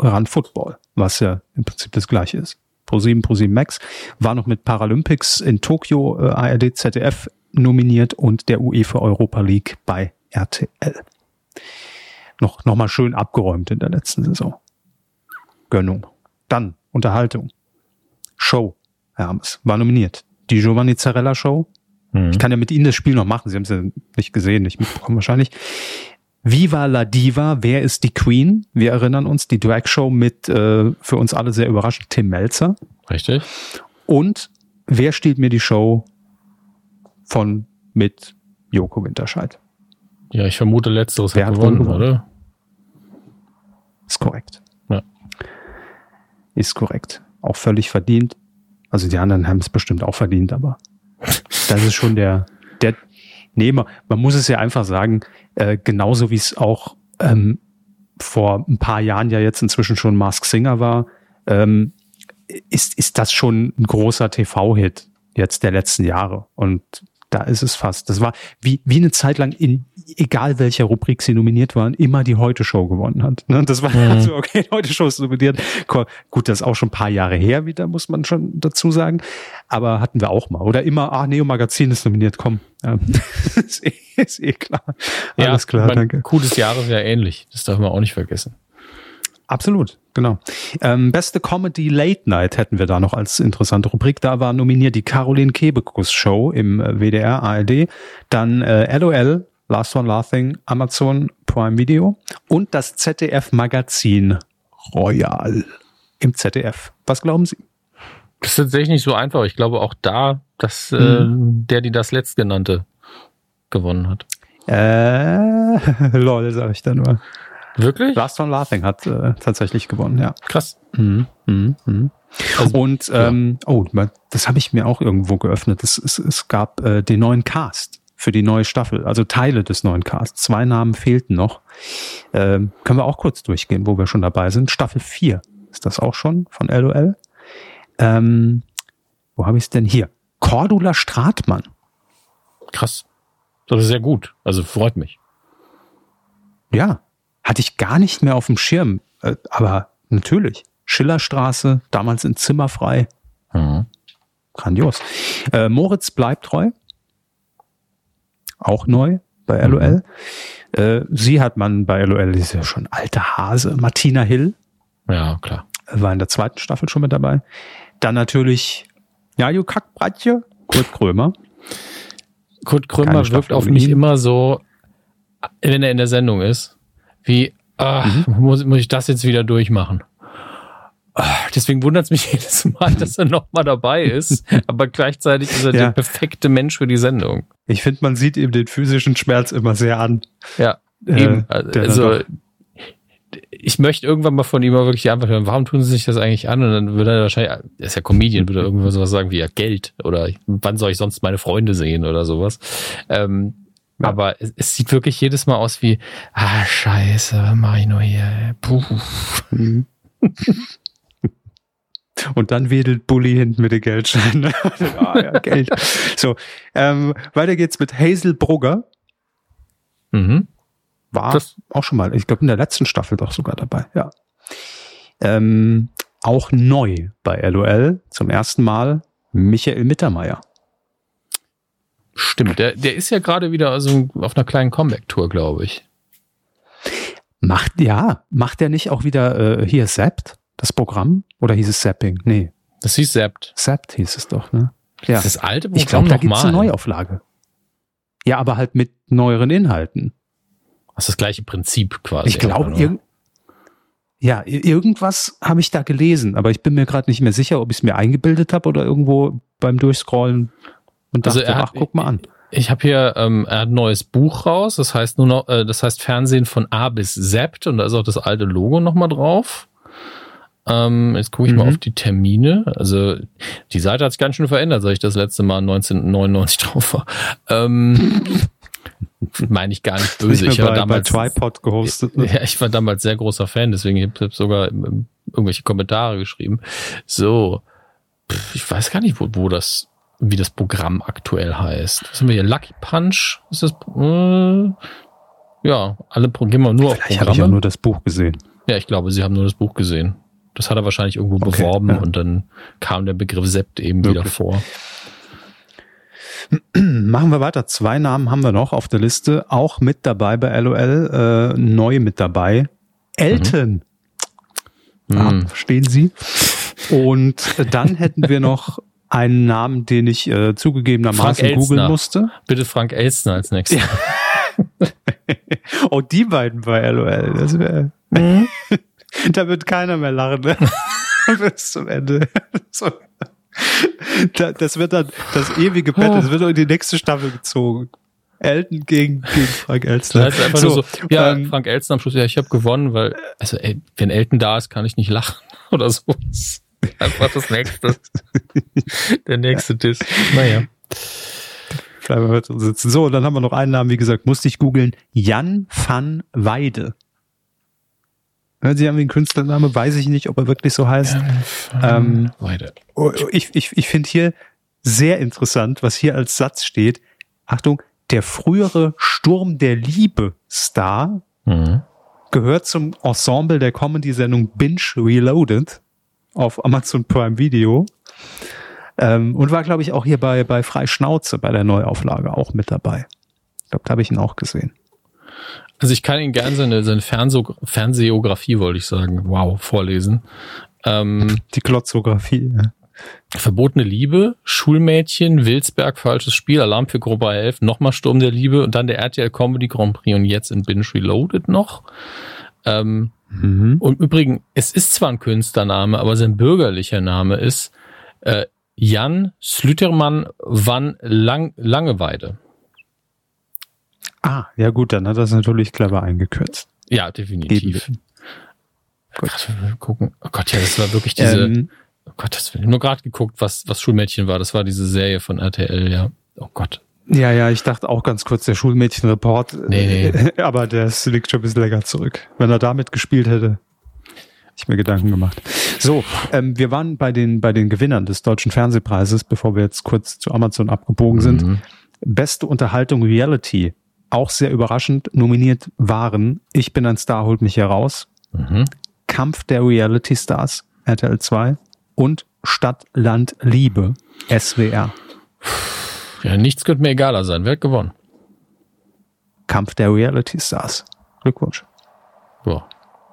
Run Football, was ja im Prinzip das Gleiche ist. ProSieben, ProSieben Max war noch mit Paralympics in Tokio, äh, A R D, Z D F nominiert und der UEFA Europa League bei R T L. Noch, noch mal schön abgeräumt in der letzten Saison. Gönnung. Dann Unterhaltung. Show, Hermes, war nominiert. Die Giovanni Zarella Show. Mhm. Ich kann ja mit Ihnen das Spiel noch machen. Sie haben es ja nicht gesehen, nicht mitbekommen wahrscheinlich. Viva la Diva, wer ist die Queen? Wir erinnern uns, die Drag Show mit, äh, für uns alle sehr überraschend, Tim Melzer. Richtig. Und wer stiehlt mir die Show von, mit Joko Winterscheid? Ja, ich vermute, letzteres hat gewonnen, gewonnen, oder? Ist korrekt. Ja. Ist korrekt. Auch völlig verdient. Also die anderen haben es bestimmt auch verdient, aber das ist schon der, der, nee, man, man muss es ja einfach sagen, äh, genauso wie es auch ähm, vor ein paar Jahren ja jetzt inzwischen schon Masked Singer war, ähm, ist, ist das schon ein großer T V-Hit jetzt der letzten Jahre. Und da ist es fast. Das war wie, wie eine Zeit lang, in egal welcher Rubrik sie nominiert waren, immer die Heute-Show gewonnen hat. Ne? Das war mhm. also, okay, Heute-Show ist nominiert. Gut, das ist auch schon ein paar Jahre her wieder, muss man schon dazu sagen. Aber hatten wir auch mal. Oder immer, ah, Neo Magazin ist nominiert, komm. Ja. ist, eh, ist eh klar. Alles ja, klar, mein danke. Coup des Jahres ja ähnlich. Das darf man auch nicht vergessen. Absolut, genau. Ähm, beste Comedy Late Night hätten wir da noch als interessante Rubrik. Da war nominiert die Caroline Kebekus Show im W D R, A R D. Dann äh, L O L, Last One Laughing, Amazon Prime Video und das Z D F Magazin Royal im Z D F. Was glauben Sie? Das ist tatsächlich nicht so einfach. Ich glaube auch da, dass mhm. äh, der, die das letztgenannte gewonnen hat. Äh, lol, sag ich da nur. Wirklich? Last One Laughing hat äh, tatsächlich gewonnen, ja. Krass. Mhm, mhm, mhm. Also, und ähm, ja. oh, das habe ich mir auch irgendwo geöffnet. Es, es, es gab äh, den neuen Cast für die neue Staffel, also Teile des neuen Casts. Zwei Namen fehlten noch. Ähm, können wir auch kurz durchgehen, wo wir schon dabei sind. Staffel vier ist das auch schon von L O L. Ähm, wo habe ich es denn hier? Cordula Stratmann. Krass. Das ist sehr gut. Also freut mich. Ja. Hatte ich gar nicht mehr auf dem Schirm. Äh, aber natürlich. Schillerstraße, damals in Zimmerfrei. Mhm. Grandios. Äh, Moritz bleibt treu. Auch neu bei L O L. Mhm. Äh, sie hat man bei L O L, die ist ja schon alter Hase. Martina Hill. Ja, klar. War in der zweiten Staffel schon mit dabei. Dann natürlich Jajo Kackbratje, Kurt Krömer. Kurt Krömer wirkt auf mich immer so, wenn er in der Sendung ist, wie, ah, mhm. muss, muss ich das jetzt wieder durchmachen? Ah, deswegen wundert es mich jedes Mal, dass er nochmal dabei ist, aber gleichzeitig ist er ja der perfekte Mensch für die Sendung. Ich finde, man sieht ihm den physischen Schmerz immer sehr an. Ja, äh, eben. Also, ich möchte irgendwann mal von ihm mal wirklich einfach hören, warum tun sie sich das eigentlich an? Und dann würde er wahrscheinlich, er ist ja Comedian, würde er irgendwann sowas sagen wie, ja, Geld oder wann soll ich sonst meine Freunde sehen oder sowas. Ähm, Ja. Aber es, es sieht wirklich jedes Mal aus wie, ah, scheiße, was mach ich nur hier? Puh. Und dann wedelt Bulli hinten mit den Geldscheinen. ah, ja, Geld. So, ähm, weiter geht's mit Hazel Brugger. Mhm. War das auch schon mal, ich glaube in der letzten Staffel doch sogar dabei, ja. Ähm, auch neu bei L O L, zum ersten Mal Michael Mittermeier. Stimmt, der, der ist ja gerade wieder also auf einer kleinen Comeback-Tour, glaube ich. Macht, ja, macht der nicht auch wieder äh, hier Zapped, das Programm? Oder hieß es Zapping? Nee. Das hieß Zapped. Zapped hieß es doch, ne? Ja. Das alte Programm ich glaube, da gibt es eine mal. Neuauflage. Ja, aber halt mit neueren Inhalten. Das ist das gleiche Prinzip quasi. Ich glaube, irg- ja, irgendwas habe ich da gelesen, aber ich bin mir gerade nicht mehr sicher, ob ich es mir eingebildet habe oder irgendwo beim Durchscrollen und dachte, also hat, ach, guck mal an. Ich, ich habe hier, ähm, er hat ein neues Buch raus, das heißt nur noch, äh, das heißt Fernsehen von A bis Zapped und da ist auch das alte Logo nochmal drauf. Ähm, jetzt gucke ich mhm. mal auf die Termine. Also die Seite hat sich ganz schön verändert, seit ich das letzte Mal neunzehnhundertneunundneunzig drauf war. Ähm, meine ich gar nicht böse. Nicht ich war bei, damals bei Tripod gehostet. Ne? Ja, ich war damals sehr großer Fan, deswegen habe ich sogar irgendwelche Kommentare geschrieben. So, ich weiß gar nicht, wo, wo das, wie das Programm aktuell heißt. Was haben wir hier? Lucky Punch? Ist das? Äh, ja, alle Programme nur auf Vielleicht habe ich auch nur das Buch gesehen. Ja, ich glaube, sie haben nur das Buch gesehen. Das hat er wahrscheinlich irgendwo okay, beworben ja. und dann kam der Begriff Sept eben Wirklich? wieder vor. Machen wir weiter. Zwei Namen haben wir noch auf der Liste, auch mit dabei bei L O L, äh, neu mit dabei. Elton. Mhm. Ja, mhm. Verstehen Sie? Und dann hätten wir noch einen Namen, den ich äh, zugegebenermaßen googeln musste. Bitte Frank Elstner als nächstes. Ja. Oh, die beiden bei L O L. Das wäre. Mhm. Da wird keiner mehr lachen, ne? Bis zum Ende. So. Das wird dann das ewige Battle, das wird in die nächste Staffel gezogen. Elton gegen, gegen Frank Elstner. Das heißt einfach so, nur so, ja, ähm, Frank Elstner am Schluss, ja, ich habe gewonnen, weil, also ey, wenn Elton da ist, kann ich nicht lachen oder so. Einfach das nächste. Der nächste Diss. Naja. Bleiben wir heute sitzen. So, und dann haben wir noch einen Namen, wie gesagt, musste ich googeln. Jan van Weide. Sie haben den Künstlername, weiß ich nicht, ob er wirklich so heißt. Ja, ähm, Weide. Ich, ich, ich finde hier sehr interessant, was hier als Satz steht. Achtung, der frühere Sturm der Liebe-Star mhm. gehört zum Ensemble der Comedy-Sendung Binge Reloaded auf Amazon Prime Video ähm, und war, glaube ich, auch hier bei, bei Freischnauze bei der Neuauflage auch mit dabei. Ich glaube, da habe ich ihn auch gesehen. Also ich kann Ihnen gerne seine, seine Fernseh- Fernsehografie, wollte ich sagen, wow, vorlesen. Ähm, Die Klotzografie, ja. Verbotene Liebe, Schulmädchen, Wilsberg, falsches Spiel, Alarm für Gruppe elf, nochmal Sturm der Liebe und dann der R T L Comedy Grand Prix und jetzt in Binge Reloaded noch. Ähm, mhm. Und übrigens, es ist zwar ein Künstlername, aber sein bürgerlicher Name ist äh, Jan Slüterman van Lang- Langeweide. Ah, ja gut, dann hat das natürlich clever eingekürzt. Ja, definitiv. Gut. Gucken. Oh Gott, ja, das war wirklich diese... Ähm, oh Gott, das, ich habe nur gerade geguckt, was, was Schulmädchen war. Das war diese Serie von R T L, ja. Oh Gott. Ja, ja, ich dachte auch ganz kurz, der Schulmädchen-Report. Nee, nee. Aber der liegt schon ein bisschen länger zurück. Wenn er damit gespielt hätte, hätte ich mir Gedanken gemacht. So, ähm, wir waren bei den, bei den Gewinnern des Deutschen Fernsehpreises, bevor wir jetzt kurz zu Amazon abgebogen mhm. sind. Beste Unterhaltung Reality. Auch sehr überraschend nominiert waren Ich bin ein Star, holt mich heraus. Mhm. Kampf der Reality Stars, R T L zwei. Und Stadt, Land, Liebe, S W R. Ja, nichts könnte mir egaler sein. Wer hat gewonnen? Kampf der Reality Stars. Glückwunsch. Boah.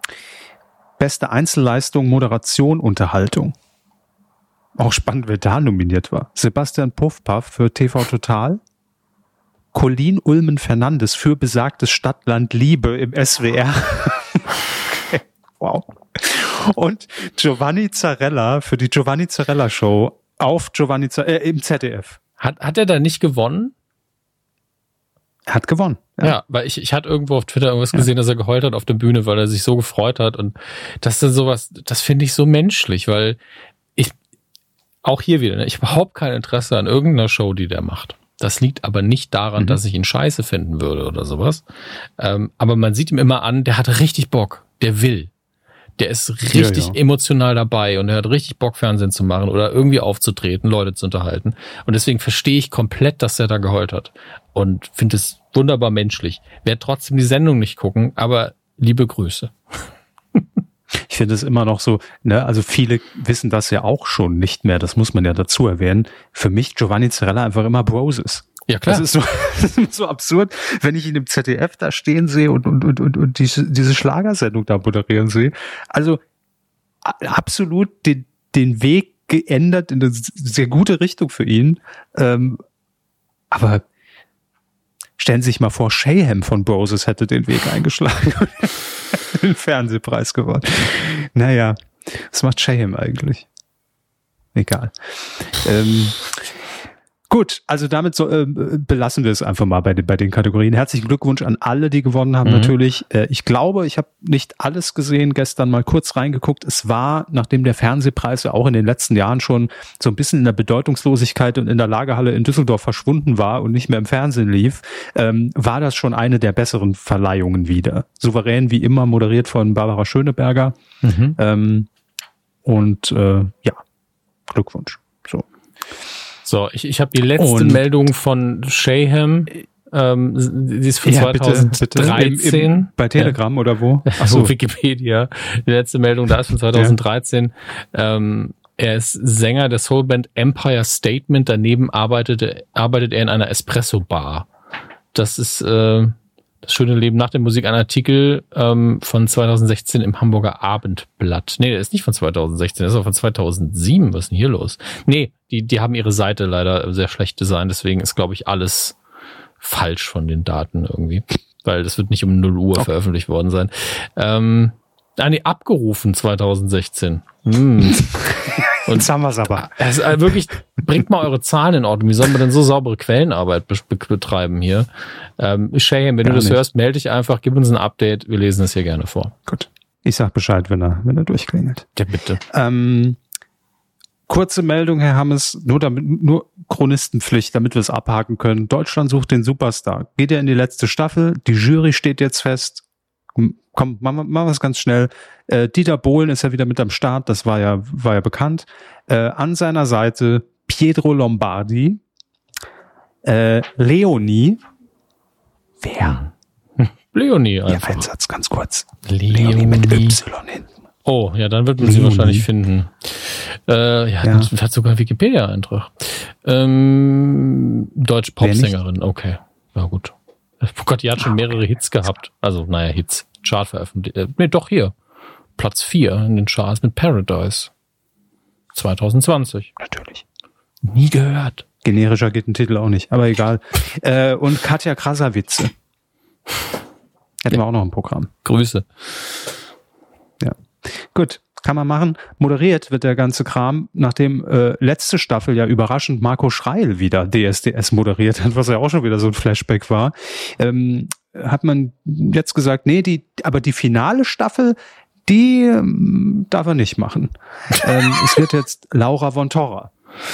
Beste Einzelleistung, Moderation, Unterhaltung. Auch spannend, wer da nominiert war. Sebastian Puffpaff für T V Total. Colleen Ulmen-Fernandes für besagtes Stadtland Liebe im S W R. Okay. Wow. Und Giovanni Zarella für die Giovanni Zarella Show auf Giovanni Zarella, äh, im Z D F. Hat, hat er da nicht gewonnen? Er hat gewonnen. Ja, ja, weil ich, ich hatte irgendwo auf Twitter irgendwas ja. gesehen, dass er geheult hat auf der Bühne, weil er sich so gefreut hat. Und das ist sowas, das finde ich so menschlich, weil ich, auch hier wieder, ne, ich habe überhaupt kein Interesse an irgendeiner Show, die der macht. Das liegt aber nicht daran, mhm. dass ich ihn scheiße finden würde oder sowas. Ähm, aber man sieht ihm immer an, der hat richtig Bock, der will. Der ist richtig ja, ja. emotional dabei und er hat richtig Bock, Fernsehen zu machen oder irgendwie aufzutreten, Leute zu unterhalten. Und deswegen verstehe ich komplett, dass er da geheult hat. Und finde es wunderbar menschlich. Werde trotzdem die Sendung nicht gucken, aber liebe Grüße. Ich finde es immer noch so, ne, also viele wissen das ja auch schon nicht mehr, das muss man ja dazu erwähnen. Für mich Giovanni Zarella einfach immer Bros ist. Ja, klar. Das ist so, das ist so absurd, wenn ich ihn im Z D F da stehen sehe und, und, und, und, und diese, diese Schlagersendung da moderieren sehe. Also absolut den, den Weg geändert in eine sehr gute Richtung für ihn. Ähm, aber stellen Sie sich mal vor, Shayham von Broses hätte den Weg eingeschlagen und den Fernsehpreis gewonnen. Naja, was macht Shayham eigentlich? Egal. Ähm, Gut, also damit so, äh, belassen wir es einfach mal bei den, bei den Kategorien. Herzlichen Glückwunsch an alle, die gewonnen haben, mhm. natürlich. Äh, ich glaube, ich habe nicht alles gesehen, gestern mal kurz reingeguckt. Es war, nachdem der Fernsehpreis ja auch in den letzten Jahren schon so ein bisschen in der Bedeutungslosigkeit und in der Lagerhalle in Düsseldorf verschwunden war und nicht mehr im Fernsehen lief, ähm, war das schon eine der besseren Verleihungen wieder. Souverän wie immer, moderiert von Barbara Schöneberger. Mhm. Ähm, und äh, ja, Glückwunsch. So. So, ich, ich habe die letzte und Meldung von Shayham. Ähm, die ist von ja, zweitausenddreizehn. Bitte, bitte. Im, im, bei Telegram ja. oder wo? Ach so, Wikipedia. Die letzte Meldung da ist von zweitausenddreizehn. Ja. Ähm, er ist Sänger der Soulband Empire Statement. Daneben arbeitete, arbeitet er in einer Espresso-Bar. Das ist äh, das schöne Leben nach der Musik. Ein Artikel ähm, von zweitausendsechzehn im Hamburger Abendblatt. Nee, der ist nicht von zweitausendsechzehn, der ist auch von zweitausendsieben. Was ist denn hier los? Nee, die, die haben ihre Seite leider sehr schlecht designt. Deswegen ist, glaube ich, alles falsch von den Daten irgendwie. Weil das wird nicht um null Uhr okay. veröffentlicht worden sein. Ähm, ah, nee, abgerufen zweitausendsechzehn. Hm. Und jetzt haben wir es aber. Also wirklich, bringt mal eure Zahlen in Ordnung. Wie sollen wir denn so saubere Quellenarbeit be- be- betreiben hier? Ähm, Shayham, wenn Gar du das nicht. hörst, melde dich einfach, gib uns ein Update. Wir lesen es hier gerne vor. Gut. Ich sag Bescheid, wenn er, wenn er durchklingelt. Ja, bitte. Ähm, kurze Meldung, Herr Hammes, nur damit, nur Chronistenpflicht, damit wir es abhaken können. Deutschland sucht den Superstar. Geht ja in die letzte Staffel. Die Jury steht jetzt fest. Komm, machen wir, machen wir es ganz schnell. Äh, Dieter Bohlen ist ja wieder mit am Start, das war ja, war ja bekannt. Äh, an seiner Seite Pietro Lombardi, äh, Leonie. Wer? Leonie einfach. Ja, ein Satz, ganz kurz. Leonie, Leonie mit Y hinten. Oh, ja, dann wird man sie wahrscheinlich finden. Äh, ja, ja. Hat sogar einen Wikipedia-Eintrag. Ähm, deutsche Popsängerin, okay. Ja, gut. Oh Gott, die hat schon mehrere Hits gehabt. Also, naja, Hits. Chart veröffentlicht. Äh, nee, doch hier. Platz vier in den Charts mit Paradise. zwanzig zwanzig. Natürlich. Nie gehört. Generischer geht ein Titel auch nicht, aber egal. äh, und Katja Krasavice. Hätten ja. wir auch noch im Programm. Grüße. Ja. Gut, kann man machen. Moderiert wird der ganze Kram, nachdem äh, letzte Staffel ja überraschend Marco Schreil wieder D S D S moderiert hat, was ja auch schon wieder so ein Flashback war. Ähm, hat man jetzt gesagt, nee, die, aber die finale Staffel, die ähm, darf er nicht machen. ähm, es wird jetzt Laura von Torra.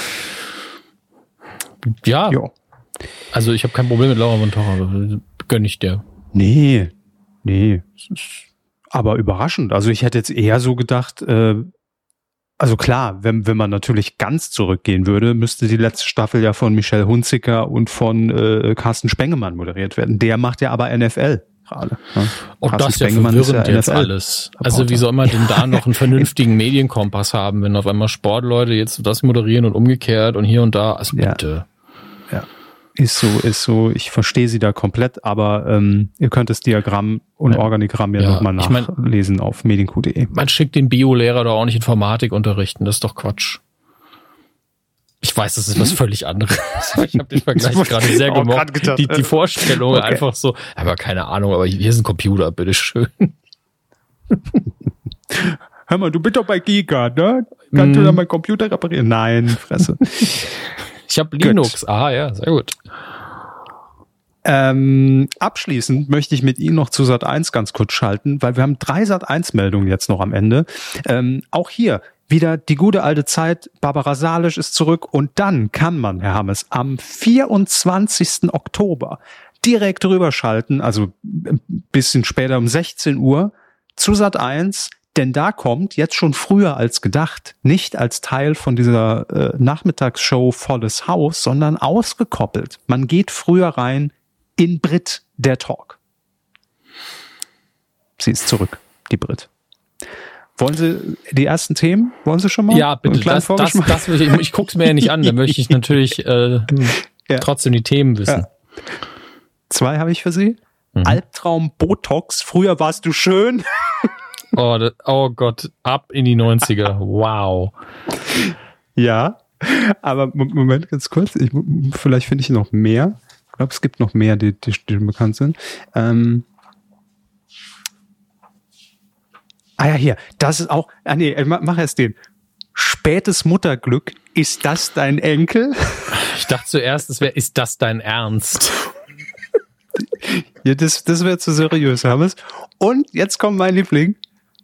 Ja. Jo. Also ich habe kein Problem mit Laura von Torra, gönn ich dir. Nee, nee. Aber überraschend. Also ich hätte jetzt eher so gedacht, äh, also klar, wenn, wenn man natürlich ganz zurückgehen würde, müsste die letzte Staffel ja von Michelle Hunziker und von äh, Carsten Spengemann moderiert werden. Der macht ja aber N F L gerade. Ne? Auch Carsten das ist ja Spengemann verwirrend ist ja jetzt N F L alles. Also wie soll man denn da noch einen vernünftigen Medienkompass haben, wenn auf einmal Sportleute jetzt das moderieren und umgekehrt und hier und da? Also bitte. Ja. ja. Ist so, ist so. Ich verstehe sie da komplett, aber ähm, ihr könnt das Diagramm und ja. Organigramm ja, ja nochmal nachlesen ich mein, auf medienq punkt de. Man schickt den Biolehrer doch auch nicht Informatik unterrichten, das ist doch Quatsch. Ich weiß, das ist was völlig anderes. Ich habe den Vergleich gerade sehr gemocht. Die, die Vorstellung okay. einfach so, aber keine Ahnung, aber hier ist ein Computer, bitteschön. Hör mal, du bist doch bei Giga, ne? Kannst mm. du da meinen Computer reparieren? Nein, Fresse. Ich habe Linux. Gut. Aha, ja, sehr gut. Ähm, abschließend möchte ich mit Ihnen noch zu Sat eins ganz kurz schalten, weil wir haben drei Sat eins Meldungen jetzt noch am Ende. Ähm, auch hier wieder die gute alte Zeit. Barbara Salisch ist zurück und dann kann man, Herr Hammes, am vierundzwanzigsten Oktober direkt rüberschalten, also ein bisschen später um sechzehn Uhr zu Sat eins. Denn da kommt jetzt schon früher als gedacht, nicht als Teil von dieser äh, Nachmittagsshow Volles Haus, sondern ausgekoppelt. Man geht früher rein in Brit, der Talk. Sie ist zurück, die Brit. Wollen Sie die ersten Themen? Wollen Sie schon mal? Ja, bitte. Das, das, das will ich, ich guck's mir ja nicht an, da möchte ich natürlich äh, ja. trotzdem die Themen wissen. Ja. Zwei habe ich für Sie. Mhm. Albtraum Botox. Früher warst du schön. Oh, das, oh Gott, ab in die neunziger. Wow. Ja, aber Moment, ganz kurz. Ich, vielleicht finde ich noch mehr. Ich glaube, es gibt noch mehr, die, die, die bekannt sind. Ähm ah ja, hier. Das ist auch... Ah nee, mach erst den. Spätes Mutterglück. Ist das dein Enkel? Ich dachte zuerst, es wäre, ist das dein Ernst? Ja, das, das wäre zu seriös, Hammes. Und jetzt kommt mein Liebling.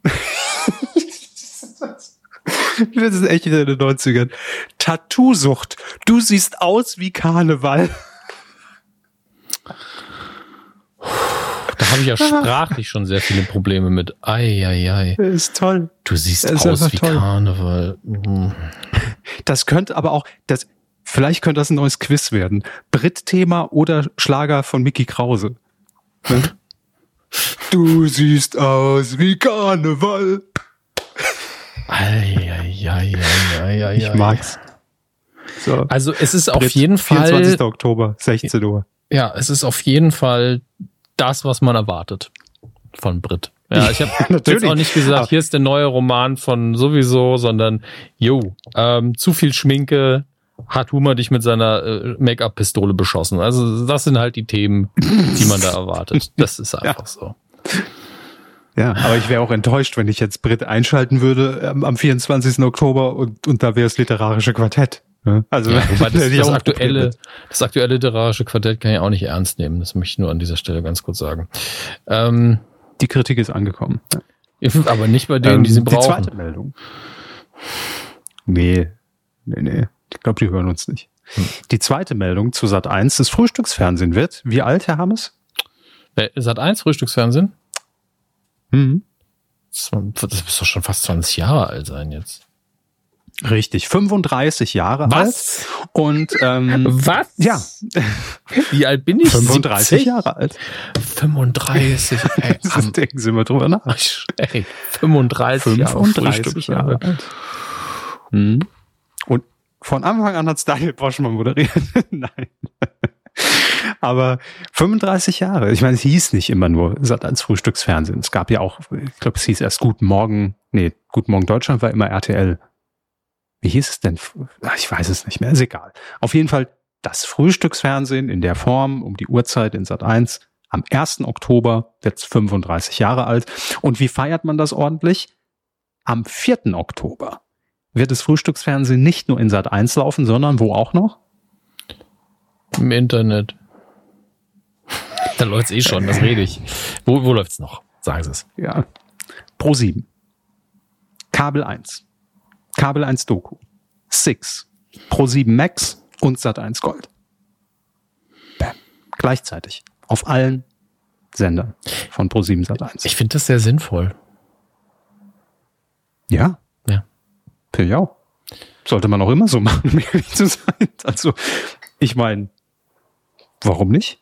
Das ist echt wieder in den neunzigern. Tattoo-Sucht. Du siehst aus wie Karneval. Da habe ich ja sprachlich schon sehr viele Probleme mit. Ei, ei, ei. Das ist toll. Du siehst aus wie toll. Karneval. Mhm. Das könnte aber auch, das Vielleicht könnte das ein neues Quiz werden. Brit-Thema oder Schlager von Micky Krause. Ne? Du siehst aus wie Karneval. Ei, ei, ei, ei, ei, ei, ich mag's. So. Also es ist auf Brit, jeden Fall... vierundzwanzigster Oktober, sechzehn Uhr. Ja, es ist auf jeden Fall das, was man erwartet von Brit. Ja, ich habe jetzt auch nicht gesagt, hier ist der neue Roman von sowieso, sondern jo, ähm, zu viel Schminke, hat Humor dich mit seiner äh, Make-up-Pistole beschossen. Also das sind halt die Themen, die man da erwartet. Das ist einfach ja. so. Ja, aber ich wäre auch enttäuscht, wenn ich jetzt Brit einschalten würde ähm, am vierundzwanzigsten Oktober und, und da wäre das literarische Quartett. Ja, also ja, wobei das, das, aktuelle, das aktuelle literarische Quartett kann ich auch nicht ernst nehmen. Das möchte ich nur an dieser Stelle ganz kurz sagen. Ähm, Die Kritik ist angekommen. Aber nicht bei denen, ähm, die sie brauchen. Die zweite Meldung. Nee, nee, nee. Ich glaube, die hören uns nicht. Hm. Die zweite Meldung zu Sat eins, das Frühstücksfernsehen wird. Wie alt, Herr Hammes? Sat eins Frühstücksfernsehen? Mhm. Das muss doch schon fast zwanzig Jahre alt sein jetzt. Richtig, fünfunddreißig Jahre Was? alt. Und, ähm, Was? Ja. Wie alt bin ich? fünfunddreißig siebzig Jahre alt. fünfunddreißig. Ey, das denken Sie mal drüber nach. Ey, fünfunddreißig, fünfunddreißig Jahre alt. Mhm. Und von Anfang an hat's Daniel Boschmann moderiert. Nein. Aber fünfunddreißig Jahre. Ich meine, es hieß nicht immer nur Sat eins Frühstücksfernsehen. Es gab ja auch, ich glaube, es hieß erst Guten Morgen, nee, Guten Morgen Deutschland war immer R T L. Wie hieß es denn? Ich weiß es nicht mehr, ist egal. Auf jeden Fall das Frühstücksfernsehen in der Form, um die Uhrzeit in Sat eins. Am ersten Oktober wird's fünfunddreißig Jahre alt. Und wie feiert man das ordentlich? Am vierten Oktober wird das Frühstücksfernsehen nicht nur in Sat eins laufen, sondern wo auch noch? Im Internet. Da läuft's eh schon, das rede ich. Wo, wo läuft's noch? Sagen Sie es. Ja. Pro sieben. Kabel eins. Kabel eins Doku. Six. Pro sieben Max und Sat eins Gold. Bam. Gleichzeitig. Auf allen Sendern von Pro sieben Sat eins. Ich finde das sehr sinnvoll. Ja. Ja. Finde ich auch. Sollte man auch immer so machen, um ehrlich zu sein. Also, ich meine, warum nicht?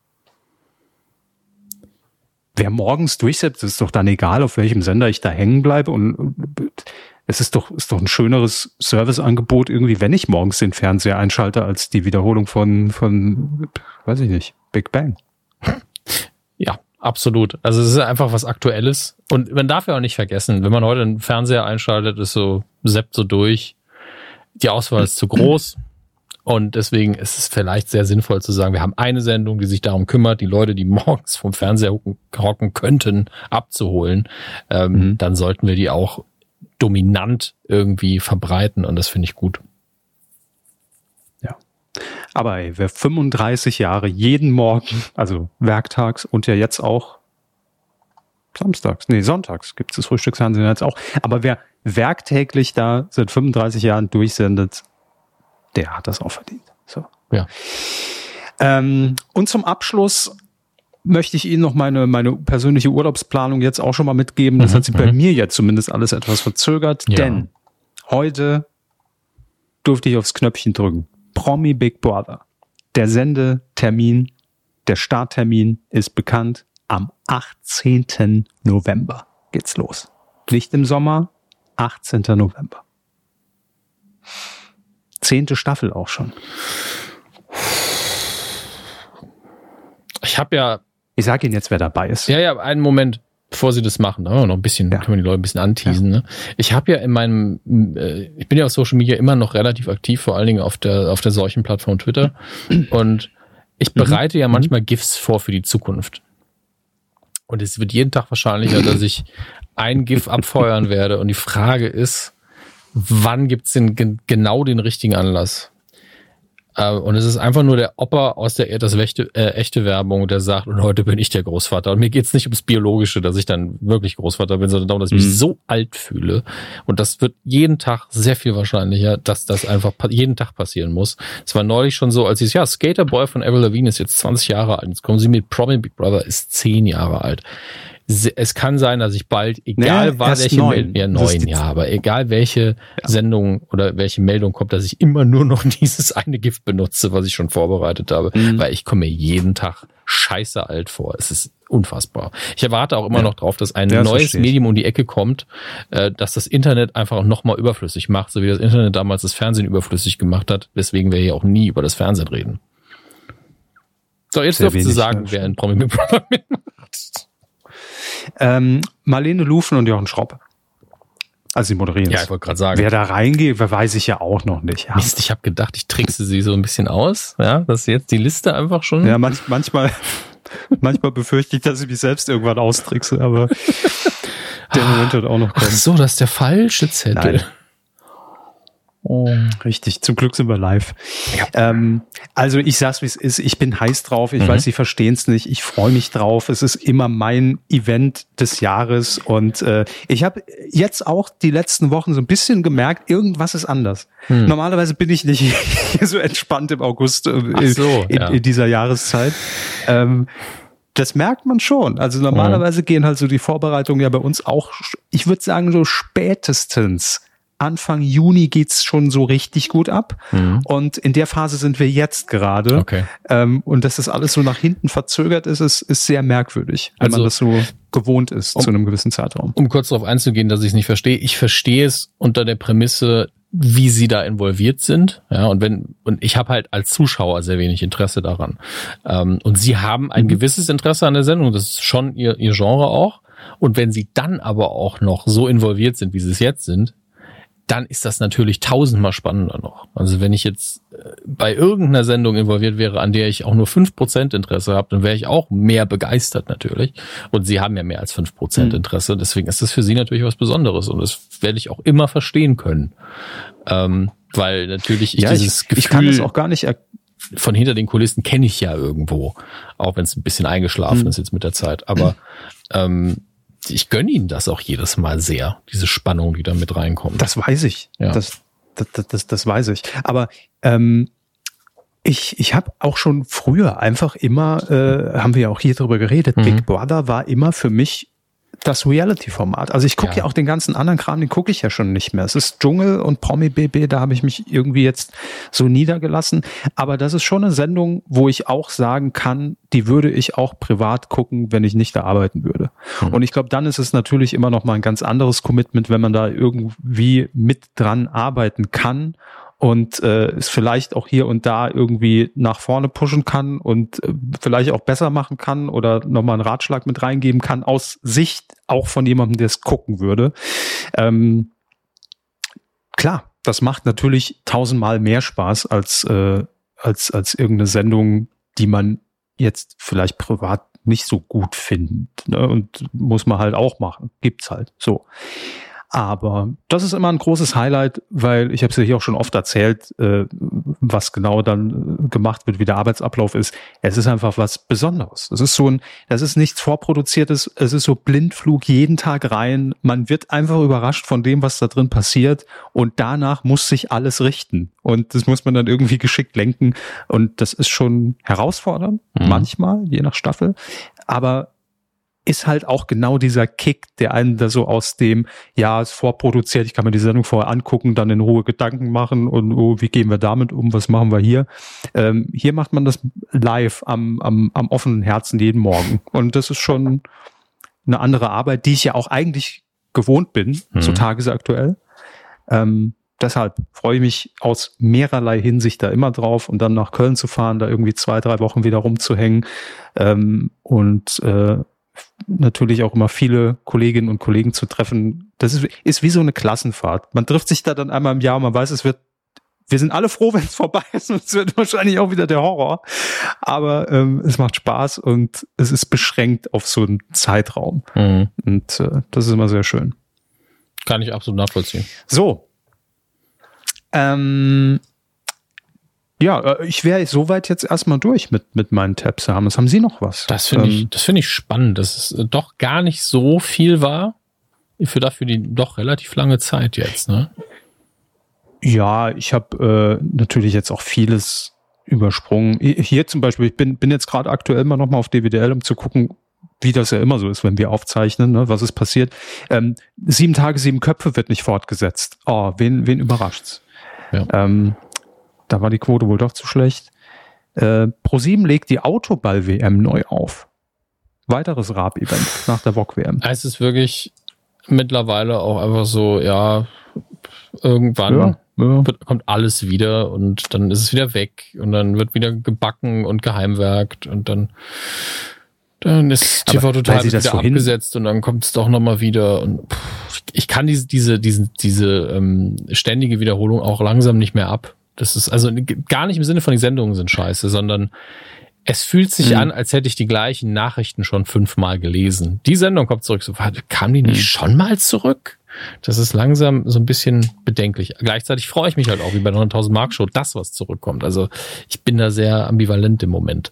Wer morgens durchsetzt, ist doch dann egal, auf welchem Sender ich da hängen bleibe. Und es ist doch, ist doch ein schöneres Serviceangebot irgendwie, wenn ich morgens den Fernseher einschalte, als die Wiederholung von, von, weiß ich nicht, Big Bang. Ja, absolut. Also es ist einfach was Aktuelles. Und man darf ja auch nicht vergessen, wenn man heute einen Fernseher einschaltet, ist so, zappt so durch. Die Auswahl ist zu groß. Und deswegen ist es vielleicht sehr sinnvoll zu sagen, wir haben eine Sendung, die sich darum kümmert, die Leute, die morgens vom Fernseher hocken könnten, abzuholen. Ähm, mhm. Dann sollten wir die auch dominant irgendwie verbreiten. Und das finde ich gut. Ja. Aber ey, wer fünfunddreißig Jahre jeden Morgen, also werktags und ja jetzt auch samstags, nee, sonntags gibt es das Frühstücksfernsehen jetzt auch. Aber wer werktäglich da seit fünfunddreißig Jahren durchsendet, der hat das auch verdient. So. Ja. Ähm, und zum Abschluss möchte ich Ihnen noch meine, meine persönliche Urlaubsplanung jetzt auch schon mal mitgeben. Das mhm, hat sich bei mir jetzt zumindest alles etwas verzögert, ja. Denn heute durfte ich aufs Knöpfchen drücken. Promi Big Brother. Der Sendetermin, der Starttermin ist bekannt. Am achtzehnten November geht's los. Nicht im Sommer, achtzehnten November. Zehnte Staffel auch schon. Ich habe ja... Ich sage Ihnen jetzt, wer dabei ist. Ja, ja, einen Moment, bevor Sie das machen. Da haben wir noch ein bisschen, ja. Können wir die Leute ein bisschen anteasen. Ja. Ne? Ich habe ja in meinem... Äh, ich bin ja auf Social Media immer noch relativ aktiv, vor allen Dingen auf der, auf der solchen Plattform Twitter. Und ich bereite mhm. ja manchmal GIFs vor für die Zukunft. Und es wird jeden Tag wahrscheinlicher, dass ich ein GIF abfeuern werde. Und die Frage ist, wann gibt's denn gen- genau den richtigen Anlass? Äh, und es ist einfach nur der Opa aus der das echte, äh, echte Werbung, der sagt, und heute bin ich der Großvater. Und mir geht's nicht ums Biologische, dass ich dann wirklich Großvater bin, sondern darum, dass ich mich mhm. so alt fühle. Und das wird jeden Tag sehr viel wahrscheinlicher, dass das einfach pa- jeden Tag passieren muss. Es war neulich schon so, als ich, ja, Skaterboy von Avril Lavigne ist jetzt zwanzig Jahre alt. Jetzt kommen sie mit Promi Big Brother, ist zehn Jahre alt. es kann sein, dass ich bald, egal nee, war welche Meldung, ja neun, ja, aber egal welche ja. Sendung oder welche Meldung kommt, dass ich immer nur noch dieses eine Gift benutze, was ich schon vorbereitet habe, mhm. weil ich komme mir jeden Tag scheiße alt vor. Es ist unfassbar. Ich erwarte auch immer ja. noch drauf, dass ein ja, das neues Medium um die Ecke kommt, äh, dass das Internet einfach nochmal überflüssig macht, so wie das Internet damals das Fernsehen überflüssig gemacht hat, weswegen wir hier auch nie über das Fernsehen reden. So, jetzt dürft ihr sagen, wer ein Promi Big Brother mitmacht. Ähm, Marlene Lufen und Jochen Schropp. Also sie moderieren. Ja, ich wollte gerade sagen. Wer da reingeht, weiß ich ja auch noch nicht. Ja. Mist, ich habe gedacht, ich trickse sie so ein bisschen aus, ja, dass jetzt die Liste einfach schon... Ja, manch, manchmal, manchmal befürchte ich, dass ich mich selbst irgendwann austrickse, aber der Moment wird auch noch kommen. Ach so, das ist der falsche Zettel. Nein. Oh. Richtig, zum Glück sind wir live. Ja. Ähm, also ich sag's, wie es ist. Ich bin heiß drauf. Ich mhm. weiß, Sie verstehen es nicht. Ich freue mich drauf. Es ist immer mein Event des Jahres. Und äh, ich habe jetzt auch die letzten Wochen so ein bisschen gemerkt, irgendwas ist anders. Mhm. Normalerweise bin ich nicht so entspannt im August äh, Ach so, in, ja. in dieser Jahreszeit. Ähm, das merkt man schon. Also normalerweise mhm. gehen halt so die Vorbereitungen ja bei uns auch, ich würde sagen, so spätestens Anfang Juni geht's schon so richtig gut ab. Mhm. Und in der Phase sind wir jetzt gerade. Okay. Ähm, und dass das alles so nach hinten verzögert ist, ist, ist sehr merkwürdig, wenn also, man das so gewohnt ist um, zu einem gewissen Zeitraum. Um kurz darauf einzugehen, dass ich es nicht verstehe. Ich verstehe es unter der Prämisse, wie sie da involviert sind. Ja, und wenn, und ich habe halt als Zuschauer sehr wenig Interesse daran. Ähm, und sie haben ein mhm. gewisses Interesse an der Sendung. Das ist schon ihr, ihr Genre auch. Und wenn sie dann aber auch noch so involviert sind, wie sie es jetzt sind, dann ist das natürlich tausendmal spannender noch. Also wenn ich jetzt bei irgendeiner Sendung involviert wäre, an der ich auch nur fünf Prozent Interesse habe, dann wäre ich auch mehr begeistert natürlich. Und Sie haben ja mehr als fünf Prozent Interesse. Deswegen ist das für Sie natürlich was Besonderes. Und das werde ich auch immer verstehen können. Ähm, weil natürlich ich ja, dieses ich, Gefühl... Ich kann das auch gar nicht er- von hinter den Kulissen kenne ich ja irgendwo. Auch wenn es ein bisschen eingeschlafen hm. ist jetzt mit der Zeit. Aber ähm, ich gönne Ihnen das auch jedes Mal sehr, diese Spannung, die da mit reinkommt. Das weiß ich. Ja. Das, das, das, das weiß ich. Aber ähm, ich, ich habe auch schon früher einfach immer, äh, haben wir ja auch hier drüber geredet, mhm. Big Brother war immer für mich das Reality-Format. Also ich gucke ja. ja auch den ganzen anderen Kram, den gucke ich ja schon nicht mehr. Es ist Dschungel und Promi-B B, da habe ich mich irgendwie jetzt so niedergelassen. Aber das ist schon eine Sendung, wo ich auch sagen kann, die würde ich auch privat gucken, wenn ich nicht da arbeiten würde. Mhm. Und ich glaube, dann ist es natürlich immer noch mal ein ganz anderes Commitment, wenn man da irgendwie mit dran arbeiten kann und äh, es vielleicht auch hier und da irgendwie nach vorne pushen kann und äh, vielleicht auch besser machen kann oder nochmal einen Ratschlag mit reingeben kann, aus Sicht auch von jemandem, der es gucken würde. Ähm, klar, das macht natürlich tausendmal mehr Spaß als, äh, als, als irgendeine Sendung, die man jetzt vielleicht privat nicht so gut findet. Ne? Und muss man halt auch machen. Gibt's halt so. Aber das ist immer ein großes Highlight, weil ich habe es ja hier auch schon oft erzählt, äh, was genau dann gemacht wird, wie der Arbeitsablauf ist. Es ist einfach was Besonderes. Es ist so ein, das ist nichts Vorproduziertes. Es ist so Blindflug jeden Tag rein. Man wird einfach überrascht von dem, was da drin passiert. Und danach muss sich alles richten. Und das muss man dann irgendwie geschickt lenken. Und das ist schon herausfordernd, mhm. manchmal, je nach Staffel. Aber ist halt auch genau dieser Kick, der einen da so aus dem, ja, ist vorproduziert, ich kann mir die Sendung vorher angucken, dann in Ruhe Gedanken machen und oh, wie gehen wir damit um, was machen wir hier? Ähm, hier macht man das live am, am, am offenen Herzen jeden Morgen. Und das ist schon eine andere Arbeit, die ich ja auch eigentlich gewohnt bin, mhm. so tagesaktuell. Ähm, deshalb freue ich mich aus mehrerlei Hinsicht da immer drauf und dann nach Köln zu fahren, da irgendwie zwei, drei Wochen wieder rumzuhängen ähm, und äh, natürlich auch immer viele Kolleginnen und Kollegen zu treffen. Das ist, ist wie so eine Klassenfahrt. Man trifft sich da dann einmal im Jahr und man weiß, es wird, wir sind alle froh, wenn es vorbei ist und es wird wahrscheinlich auch wieder der Horror. Aber ähm, es macht Spaß und es ist beschränkt auf so einen Zeitraum. Mhm. Und äh, das ist immer sehr schön. Kann ich absolut nachvollziehen. So. Ähm, Ja, ich wäre soweit jetzt erstmal durch mit mit meinen Tabs. Haben haben Sie noch was? Das finde ähm, ich, das finde ich spannend, dass es doch gar nicht so viel war für dafür die doch relativ lange Zeit jetzt, ne? Ja, ich habe äh, natürlich jetzt auch vieles übersprungen. Hier zum Beispiel, ich bin bin jetzt gerade aktuell mal noch mal auf D W D L, um zu gucken, wie das ja immer so ist, wenn wir aufzeichnen, ne, was ist passiert. Ähm, sieben Tage, sieben Köpfe wird nicht fortgesetzt. Oh, wen, wen überrascht's? Ja. Ähm, da war die Quote wohl doch zu schlecht. Äh, ProSieben legt die Autoball-W M neu auf. Weiteres Raab-Event nach der V O G-W M. Es ist wirklich mittlerweile auch einfach so, ja, irgendwann Ja, ja. wird, kommt alles wieder und dann ist es wieder weg und dann wird wieder gebacken und geheimwerkt und dann dann ist T V Aber Total weil sie wieder das vorhin- abgesetzt und dann kommt es doch nochmal wieder und pff, ich kann diese diese diese diese ähm, ständige Wiederholung auch langsam nicht mehr ab. Das ist also gar nicht im Sinne von die Sendungen sind scheiße, sondern es fühlt sich Mhm. an, als hätte ich die gleichen Nachrichten schon fünfmal gelesen. Die Sendung kommt zurück. So, warte, kam die nicht Mhm. schon mal zurück? Das ist langsam so ein bisschen bedenklich. Gleichzeitig freue ich mich halt auch, wie bei der hunderttausend Mark Show, dass was zurückkommt. Also ich bin da sehr ambivalent im Moment.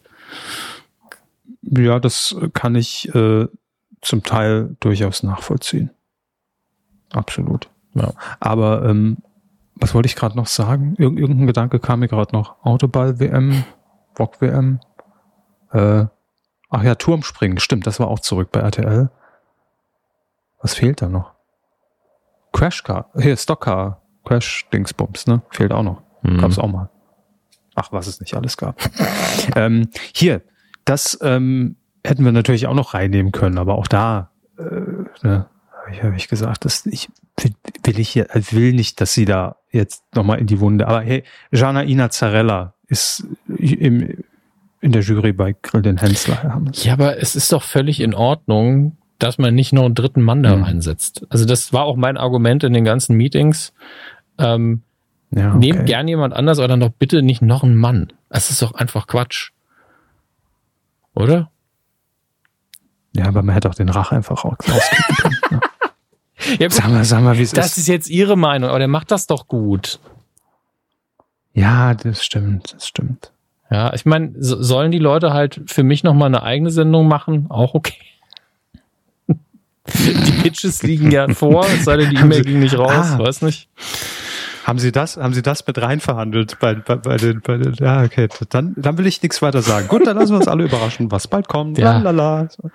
Ja, das kann ich äh, zum Teil durchaus nachvollziehen. Absolut. Ja. Aber ähm, was wollte ich gerade noch sagen? Irg irgendein Gedanke kam mir gerade noch. Autoball-W M, V O G-W M. Äh, ach ja, Turmspringen, stimmt, das war auch zurück bei R T L. Was fehlt da noch? Crashcar, hier, Stockcar, Crash-Dingsbums, ne? Fehlt auch noch. Mhm. Gab's auch mal. Ach, was es nicht alles gab. ähm, hier, das ähm, hätten wir natürlich auch noch reinnehmen können, aber auch da äh, ne, habe ich, hab ich gesagt, dass ich will, will ich hier, will nicht, dass sie da jetzt nochmal in die Wunde. Aber hey, Janaina Zarella ist im, in der Jury bei Grill den Hensler, Herr Hammes. Ja, aber es ist doch völlig in Ordnung, dass man nicht noch einen dritten Mann da Mhm. reinsetzt. Also das war auch mein Argument in den ganzen Meetings. Ähm, Ja, okay. Nehmt gern jemand anders, aber dann doch bitte nicht noch einen Mann. Das ist doch einfach Quatsch. Oder? Ja, aber man hätte auch den Rach einfach rauskicken können. Ne? Ja, gut, Sag mal, sag mal, wie es das ist. ist jetzt Ihre Meinung, aber der macht das doch gut. Ja, das stimmt, das stimmt. Ja, ich meine, so, sollen die Leute halt für mich nochmal eine eigene Sendung machen? Auch okay. Die Pitches liegen ja vor, es sei denn, die E-Mail ging nicht raus, Ah. weiß nicht. Haben Sie das, haben Sie das mit rein verhandelt bei, bei, bei den, bei den, ja, okay, dann, dann will ich nichts weiter sagen. Gut, dann lassen wir uns alle überraschen, was bald kommt. Ja. Lalala. So.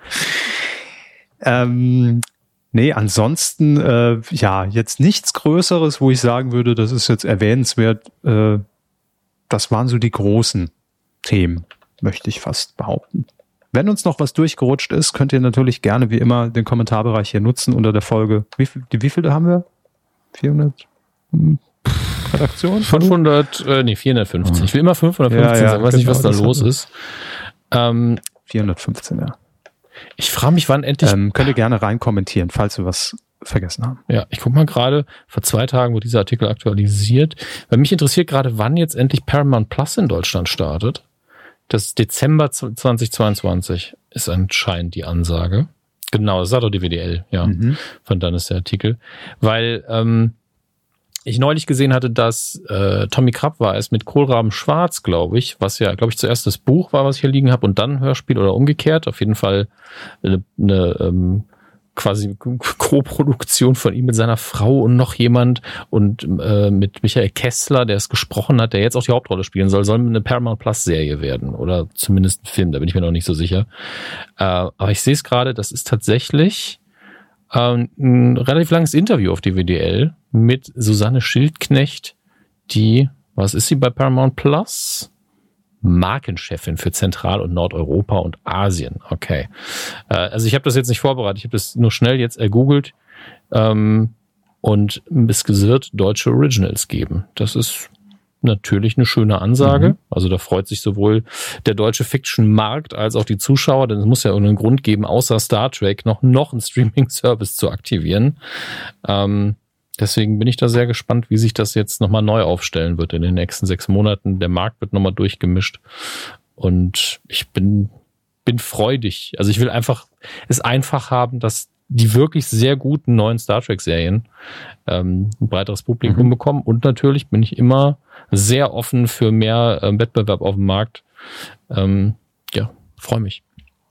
Ähm, nee, ansonsten, äh, ja, jetzt nichts Größeres, wo ich sagen würde, das ist jetzt erwähnenswert. Äh, das waren so die großen Themen, möchte ich fast behaupten. Wenn uns noch was durchgerutscht ist, könnt ihr natürlich gerne wie immer den Kommentarbereich hier nutzen unter der Folge. Wie viel, die, wie viele haben wir? vierhundert? Hm. Redaktion? fünfhundert, äh, nee, vierhundertfünfzig. Ich will immer fünfhundertfünfzehn Ja, ja, sagen, weiß nicht, was da genau, das los hat- ist. Ähm, vierhundertfünfzehn, ja. ich frage mich, wann endlich. Ähm, könnt ihr gerne rein kommentieren, falls wir was vergessen haben. Ja, ich guck mal gerade, vor zwei Tagen wurde dieser Artikel aktualisiert. Weil mich interessiert gerade, wann jetzt endlich Paramount Plus in Deutschland startet. Das ist Dezember zweitausendzweiundzwanzig ist anscheinend die Ansage. Genau, das sagt doch die W D L, ja. Mhm. Von dann ist der Artikel. Weil ähm, ich neulich gesehen hatte, dass äh, Tommy Krapp war es mit Kohlraben Schwarz, glaube ich, was ja, glaube ich, zuerst das Buch war, was ich hier liegen habe und dann ein Hörspiel oder umgekehrt. Auf jeden Fall eine, eine ähm, quasi Co-Produktion von ihm mit seiner Frau und noch jemand und äh, mit Michael Kessler, der es gesprochen hat, der jetzt auch die Hauptrolle spielen soll, soll eine Paramount Plus Serie werden oder zumindest ein Film, da bin ich mir noch nicht so sicher. Äh, aber ich sehe es gerade, das ist tatsächlich ähm, ein relativ langes Interview auf D W D L mit Susanne Schildknecht, die, was ist sie bei Paramount Plus? Markenchefin für Zentral- und Nordeuropa und Asien. Okay. Äh, also ich habe das jetzt nicht vorbereitet, ich habe das nur schnell jetzt ergoogelt ähm, und es wird deutsche Originals geben. Das ist natürlich eine schöne Ansage. Mhm. Also da freut sich sowohl der deutsche Fiction-Markt als auch die Zuschauer, denn es muss ja irgendeinen Grund geben, außer Star Trek noch, noch einen Streaming-Service zu aktivieren. Ähm, Deswegen bin ich da sehr gespannt, wie sich das jetzt nochmal neu aufstellen wird in den nächsten sechs Monaten. Der Markt wird nochmal durchgemischt und ich bin, bin freudig. Also ich will einfach es einfach haben, dass die wirklich sehr guten neuen Star Trek-Serien ähm, ein breiteres Publikum mhm. bekommen. Und natürlich bin ich immer sehr offen für mehr ähm, Wettbewerb auf dem Markt. Ähm, ja, freue mich.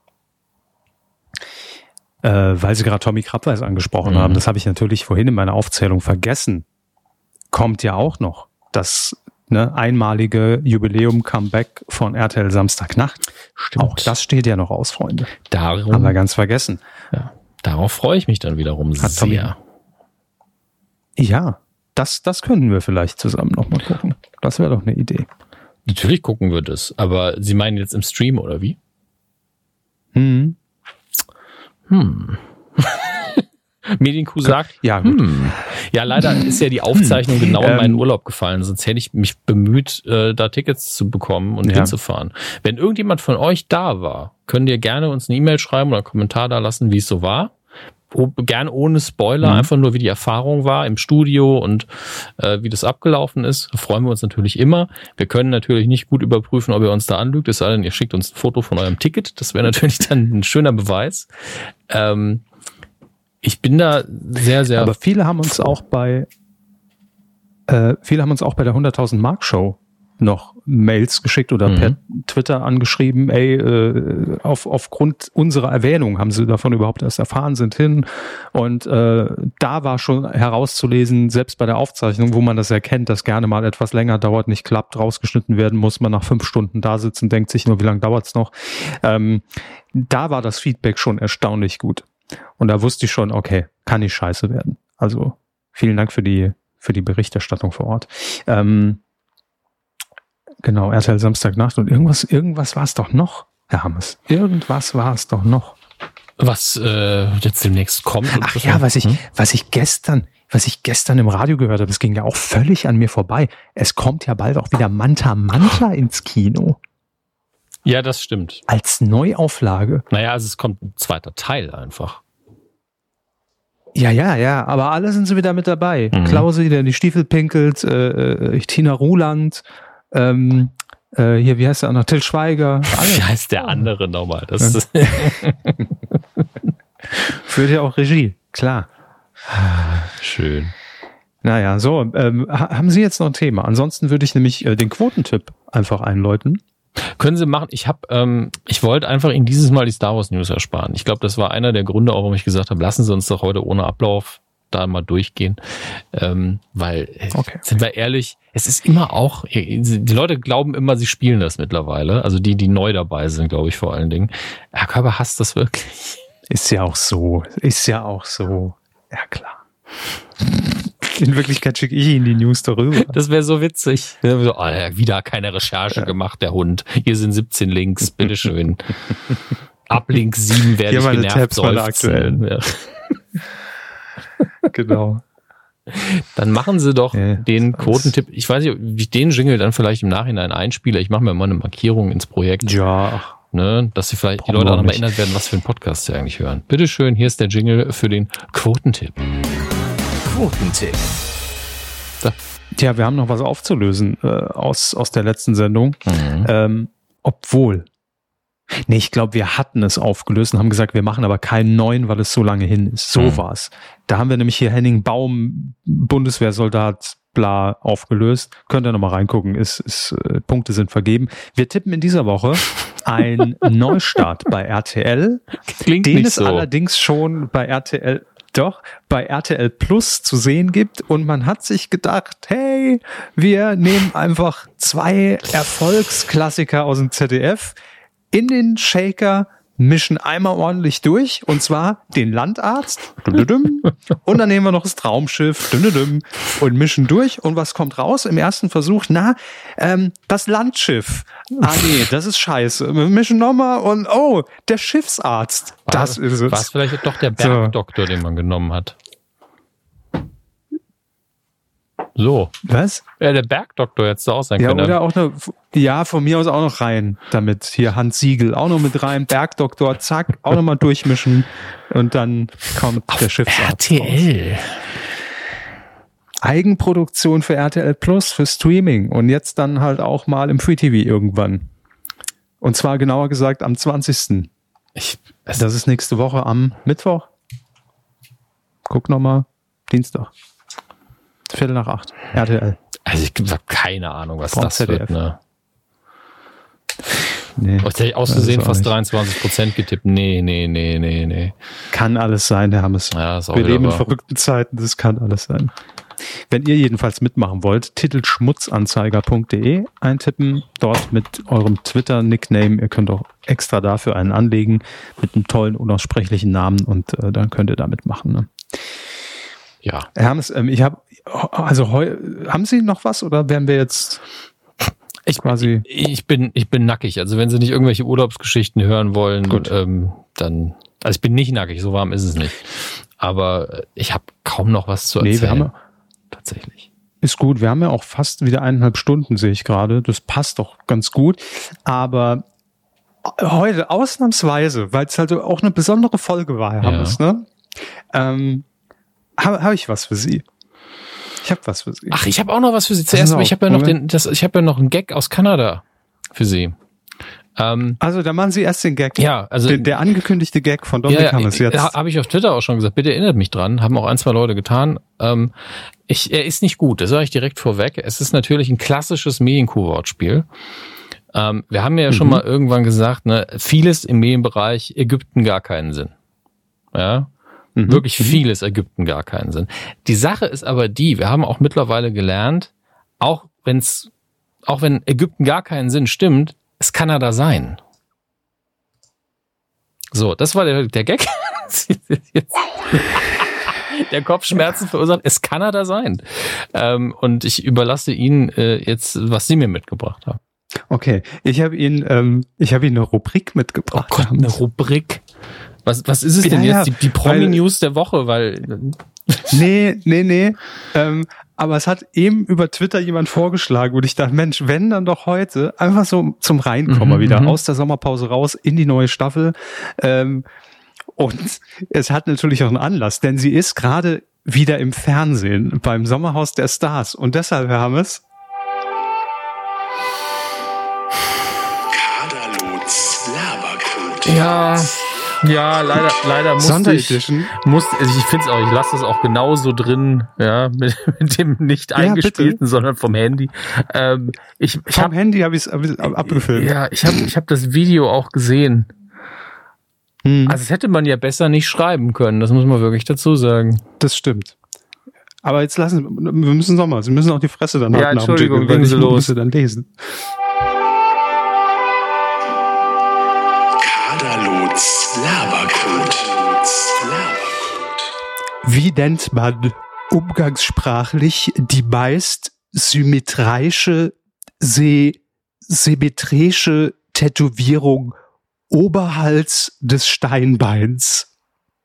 Äh, weil Sie gerade Tommy Krappweis angesprochen mhm. haben, das habe ich natürlich vorhin in meiner Aufzählung vergessen, kommt ja auch noch das ne, einmalige Jubiläum-Comeback von R T L Samstagnacht. Stimmt. Auch das steht ja noch aus, Freunde. Darum, Haben wir ganz vergessen. Ja, darauf freue ich mich dann wiederum Hat Tommy- sehr. Ja, das, das könnten wir vielleicht zusammen nochmal gucken. Das wäre doch eine Idee. Natürlich gucken wir das, aber Sie meinen jetzt im Stream oder wie? Hm. Hm. Medienkuh sagt, Ja, gut. hm. Ja, leider ist ja die Aufzeichnung Hm. genau in Ähm. meinen Urlaub gefallen, sonst hätte ich mich bemüht, äh, da Tickets zu bekommen und Ja. hinzufahren. Wenn irgendjemand von euch da war, könnt ihr gerne uns eine E-Mail schreiben oder einen Kommentar da lassen, wie es so war. Oh, gern ohne Spoiler, Mhm. einfach nur, wie die Erfahrung war im Studio und äh, wie das abgelaufen ist. Da freuen wir uns natürlich immer. Wir können natürlich nicht gut überprüfen, ob ihr uns da anlügt, es sei denn, ihr schickt uns ein Foto von eurem Ticket. Das wäre natürlich dann ein schöner Beweis. Ähm, ich bin da sehr, sehr... Aber viele haben uns auch bei äh, viele haben uns auch bei der hunderttausend Mark Show noch Mails geschickt oder Mhm. per Twitter angeschrieben, ey, äh, auf, aufgrund unserer Erwähnung haben sie davon überhaupt erst erfahren, sind hin. Und äh, da war schon herauszulesen, selbst bei der Aufzeichnung, wo man das erkennt, dass gerne mal etwas länger dauert, nicht klappt, rausgeschnitten werden muss, man nach fünf Stunden da sitzt und denkt sich nur, wie lange dauert's noch. Ähm, da war das Feedback schon erstaunlich gut. Und da wusste ich schon, okay, kann nicht scheiße werden. Also vielen Dank für die, für die Berichterstattung vor Ort. Ähm, Genau, R T L Samstagnacht und irgendwas, irgendwas war es doch noch, Herr Hammes. Irgendwas war es doch noch. was äh, jetzt demnächst kommt. Ach ja, was ich, Hm? was ich gestern, was ich gestern im Radio gehört habe, das ging ja auch völlig an mir vorbei. Es kommt ja bald auch wieder Manta Manta ins Kino. Ja, das stimmt. Als Neuauflage. Naja, also es kommt ein zweiter Teil einfach. Ja, ja, ja, aber alle sind sie wieder mit dabei. Mhm. Klausi, der in die Stiefel pinkelt, äh, äh, Tina Ruland, ähm, äh, hier, wie heißt der andere? Till Schweiger. Alle. Wie heißt der andere nochmal? Das ist Führt ja auch Regie, klar. schön. Naja, so, ähm, ha- haben Sie jetzt noch ein Thema? Ansonsten würde ich nämlich äh, den Quotentipp einfach einläuten. Können Sie machen. Ich habe, ähm, ich wollte einfach Ihnen dieses Mal die Star Wars News ersparen. Ich glaube, das war einer der Gründe, auch warum ich gesagt habe, lassen Sie uns doch heute ohne Ablauf da mal durchgehen, ähm, weil äh, Okay. sind wir ehrlich, es ist immer auch, die Leute glauben immer, sie spielen das mittlerweile, also die, die neu dabei sind, glaube ich vor allen Dingen. Herr Körber hasst das wirklich. Ist ja auch so, ist ja auch so. Ja, klar. In Wirklichkeit schicke ich Ihnen die News darüber. Das wäre so witzig. So, oh, er hat wieder keine Recherche Ja. gemacht, der Hund. Hier sind siebzehn Links, bitteschön. Ab Link sieben werde Hier ich meine genervt Tabs, meine seufzen. Ja. Genau. Dann machen Sie doch Ja, den das ist Quotentipp. Ich weiß nicht, wie ich den Jingle dann vielleicht im Nachhinein einspiele. Ich mache mir mal eine Markierung ins Projekt, Ja, ach, ne, dass Sie vielleicht die Brauchen Leute wir auch noch mal nicht. erinnert werden, was für einen Podcast Sie eigentlich hören. Bitteschön, hier ist der Jingle für den Quotentipp. Quotentipp. Tja, wir haben noch was aufzulösen äh, aus, aus der letzten Sendung. Mhm. Ähm, obwohl. Nee, ich glaube, wir hatten es aufgelöst und haben gesagt, wir machen aber keinen neuen, weil es so lange hin ist. So Mhm. war's. Da haben wir nämlich hier Henning Baum, Bundeswehrsoldat, bla, aufgelöst. Könnt ihr nochmal reingucken. Ist, ist, äh, Punkte sind vergeben. Wir tippen in dieser Woche ein Neustart bei R T L, Klingt den nicht es so. allerdings schon bei R T L doch bei R T L Plus zu sehen gibt und man hat sich gedacht, hey, wir nehmen einfach zwei Erfolgsklassiker aus dem Z D F in den Shaker, mischen einmal ordentlich durch und zwar den Landarzt düm-düm, und dann nehmen wir noch das Traumschiff düm-düm, und mischen durch und was kommt raus im ersten Versuch? Na, ähm, das Landschiff. Ah nee, das ist scheiße. Wir mischen nochmal und oh, der Schiffsarzt. Das ist es. War es vielleicht doch der So. Bergdoktor, den man genommen hat? So. Was? Ja, der Bergdoktor hätte es auch sein Ja, können. oder auch eine, ja, von mir aus auch noch rein damit. Hier Hans Siegel auch noch mit rein, Bergdoktor, zack, auch noch mal durchmischen und dann kommt der Schiffsarzt R T raus. L. Eigenproduktion für R T L Plus, für Streaming und jetzt dann halt auch mal im Free T V irgendwann. Und zwar genauer gesagt am zwanzigsten Ich, Das ist nächste Woche am Mittwoch. Guck noch mal, Dienstag. Viertel nach acht, R T L. also ich habe keine Ahnung, was Braucht das Z D F. wird. Ne? Nee, Jetzt hätte ich aus weiß Versehen ich auch fast nicht. dreiundzwanzig Prozent getippt. Nee, nee, nee, nee, nee. Kann alles sein, der Hammes. Ja, ist auch Wir wieder leben in wahr. verrückten Zeiten, das kann alles sein. Wenn ihr jedenfalls mitmachen wollt, titelschmutzanzeiger punkt de eintippen, dort mit eurem Twitter-Nickname. Ihr könnt auch extra dafür einen anlegen mit einem tollen, unaussprechlichen Namen und äh, dann könnt ihr da mitmachen. Ne? Ja. Hermes, ähm, ich habe, also heu, haben Sie noch was oder werden wir jetzt ich, quasi... Ich, ich, bin, ich bin nackig, also wenn Sie nicht irgendwelche Urlaubsgeschichten hören wollen, ähm, dann, also ich bin nicht nackig, so warm ist es nicht. Aber ich habe kaum noch was zu erzählen. Nee, wir haben, tatsächlich. Ist gut, wir haben ja auch fast wieder eineinhalb Stunden, sehe ich gerade. Das passt doch ganz gut. Aber heute ausnahmsweise, weil es halt auch eine besondere Folge war, Herr Hammes, ja. ne? Ähm, habe hab ich was für Sie. Ich habe was für Sie. Ach, ich habe auch noch was für Sie. Zuerst, ich habe ja noch den, das, ich habe ja noch einen Gag aus Kanada für Sie. Ähm, also da machen Sie erst den Gag. Ja, also der, der angekündigte Gag von Dominik ja, Hammes jetzt. Ja, habe ich auf Twitter auch schon gesagt. Bitte erinnert mich dran. Haben auch ein, zwei Leute getan. Ähm, ich, er ist nicht gut. Das sage ich direkt vorweg. Es ist natürlich ein klassisches Medienkuh-Wortspiel. Ähm, wir haben ja mhm. schon mal irgendwann gesagt, ne, vieles im Medienbereich Ägypten gar keinen Sinn. Ja, mhm. wirklich vieles Ägypten gar keinen Sinn. Die Sache ist aber die: Wir haben auch mittlerweile gelernt, auch wenn's, auch wenn Ägypten gar keinen Sinn stimmt. Es kann er da sein. So, das war der, der Gag. Der Kopfschmerzen verursacht. Es kann er da sein. Ähm, und ich überlasse Ihnen äh, jetzt, was Sie mir mitgebracht haben. Okay, ich habe Ihnen, ähm, ich habe Ihnen eine Rubrik mitgebracht. Oh Gott, eine Rubrik. Was, was ist es denn ja, jetzt? Die, die Promi-News der Woche, weil... Nee, nee, nee. Ähm, aber es hat eben über Twitter jemand vorgeschlagen und ich dachte, Mensch, wenn dann doch heute einfach so zum Reinkommen mhm, wieder m- aus der Sommerpause raus in die neue Staffel. Ähm, und es hat natürlich auch einen Anlass, denn sie ist gerade wieder im Fernsehen beim Sommerhaus der Stars und deshalb, Herr Hammes. Kaderlots Labercode. Ja. Ja, leider, leider musste ich, musste, also ich finde es auch, ich lasse es auch genauso drin, ja, mit, mit dem nicht eingespielten, ja, sondern vom Handy. Ähm, ich, ich vom hab, Handy habe ich es abgefilmt. Ja, ich habe ich hab das Video auch gesehen. Hm. Also das hätte man ja besser nicht schreiben können, das muss man wirklich dazu sagen. Das stimmt. Aber jetzt lassen wir müssen noch mal, Sie müssen auch die Fresse dann halten. Ja, Entschuldigung, gehen Sie los. Sie dann lesen. Labercode. Wie nennt man umgangssprachlich die meist symmetrische, se- symmetrische Tätowierung oberhalb des Steinbeins?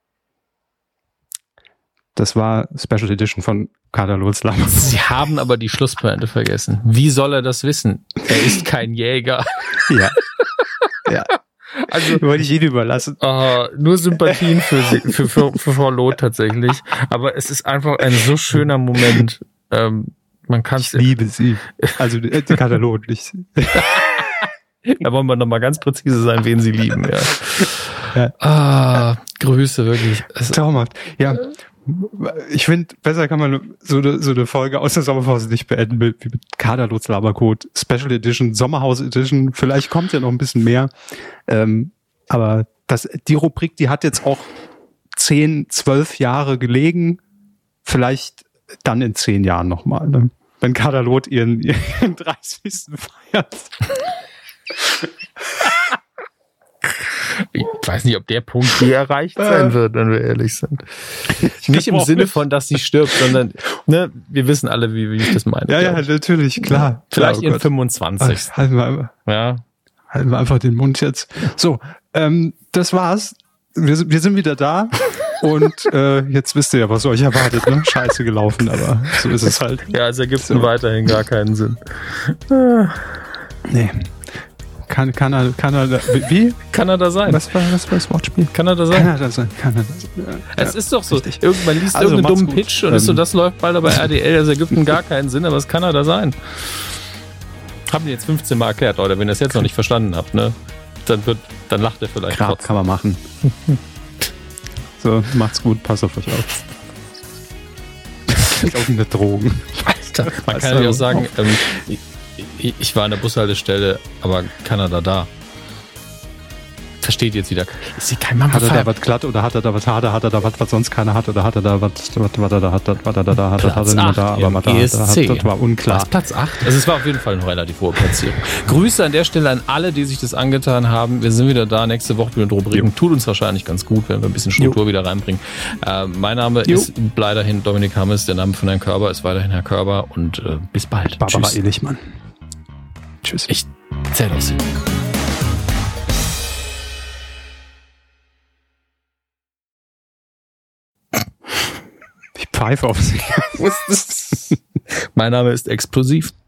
Das war Special Edition von Kaderlots Labercode. Sie haben aber die Schlusspointe vergessen. Wie soll er das wissen? Er ist kein Jäger. Ja. Ja. Also wollte ich Ihnen überlassen. Uh, nur Sympathien für, sie, für, für, für Frau Loth tatsächlich. Aber es ist einfach ein so schöner Moment. Ähm, man kann ich liebe sie. Also die Katalog nicht. Da wollen wir nochmal ganz präzise sein, wen Sie lieben. Ja. Ja. Ah, Grüße wirklich. Traumhaft. Ja. Ich finde, besser kann man so eine, so eine Folge aus der Sommerpause nicht beenden mit, wie mit Kaderlots Labercode, Special Edition, Sommerhaus Edition. Vielleicht kommt ja noch ein bisschen mehr. Ähm, aber das, die Rubrik, die hat jetzt auch zehn, zwölf Jahre gelegen. Vielleicht dann in zehn Jahren nochmal, ne? Wenn Kaderlot ihren, ihren dreißigsten feiert. Ich weiß nicht, ob der Punkt je erreicht sein wird, wenn wir ehrlich sind. Nicht im Sinne von, dass sie stirbt, sondern ne, wir wissen alle, wie, wie ich das meine. Ja, ja, natürlich, klar. Vielleicht klar, oh in fünfundzwanzig. Halten wir, ja. halten wir einfach den Mund jetzt. So, ähm, das war's. Wir, wir sind wieder da. Und äh, jetzt wisst ihr ja, was euch erwartet, ne? Scheiße gelaufen, aber so ist es halt. Ja, es ergibt so. Weiterhin gar keinen Sinn. Nee. Kann, kann, er, kann er, wie? Kann er da sein? Was war, was war das Wortspiel? Kann er da sein? Kann er da sein? Kann er da sein? Ja, es ja, ist doch so. Richtig. Irgendwann liest also, irgendeinen dummen Pitch und ähm, ist so, das läuft bald bei R T L, das ergibt gar keinen Sinn, aber es kann er da sein. Haben die jetzt fünfzehn Mal erklärt, Leute, wenn ihr es jetzt noch nicht verstanden habt, ne? Dann wird, dann lacht er vielleicht Grad kann man machen. So, macht's gut, passt auf euch auf. Klingt auch wie eine Drogen. Alter, man kann ja auch sagen, ähm, ich, ich war an der Bushaltestelle, aber Kanada da. versteht jetzt wieder. Ist sie kein Mann? Hat er da was glatt oder hat er da was hart? Hat er da was, was sonst keiner hat? Oder hat er da was, was, was er da hat? Was er da, da hat? Hat er niemand da? Aber was er hat, das war unklar. Was, Platz acht? Also es war auf jeden Fall eine relativ hohe Platzierung. Grüße an der Stelle an alle, die sich das angetan haben. Wir sind wieder da nächste Woche mit den Rubriken. Tut uns wahrscheinlich ganz gut, wenn wir ein bisschen Struktur jo. wieder reinbringen. Äh, mein Name jo. ist weiterhin Dominik Hammes. Der Name von Herrn Körber ist weiterhin Herr Körber. Und äh, bis bald. Barbara Tschüss. Ehlichmann. Tschüss. Ich zähle aus. Ich pfeife auf sie. Mein Name ist Explosiv.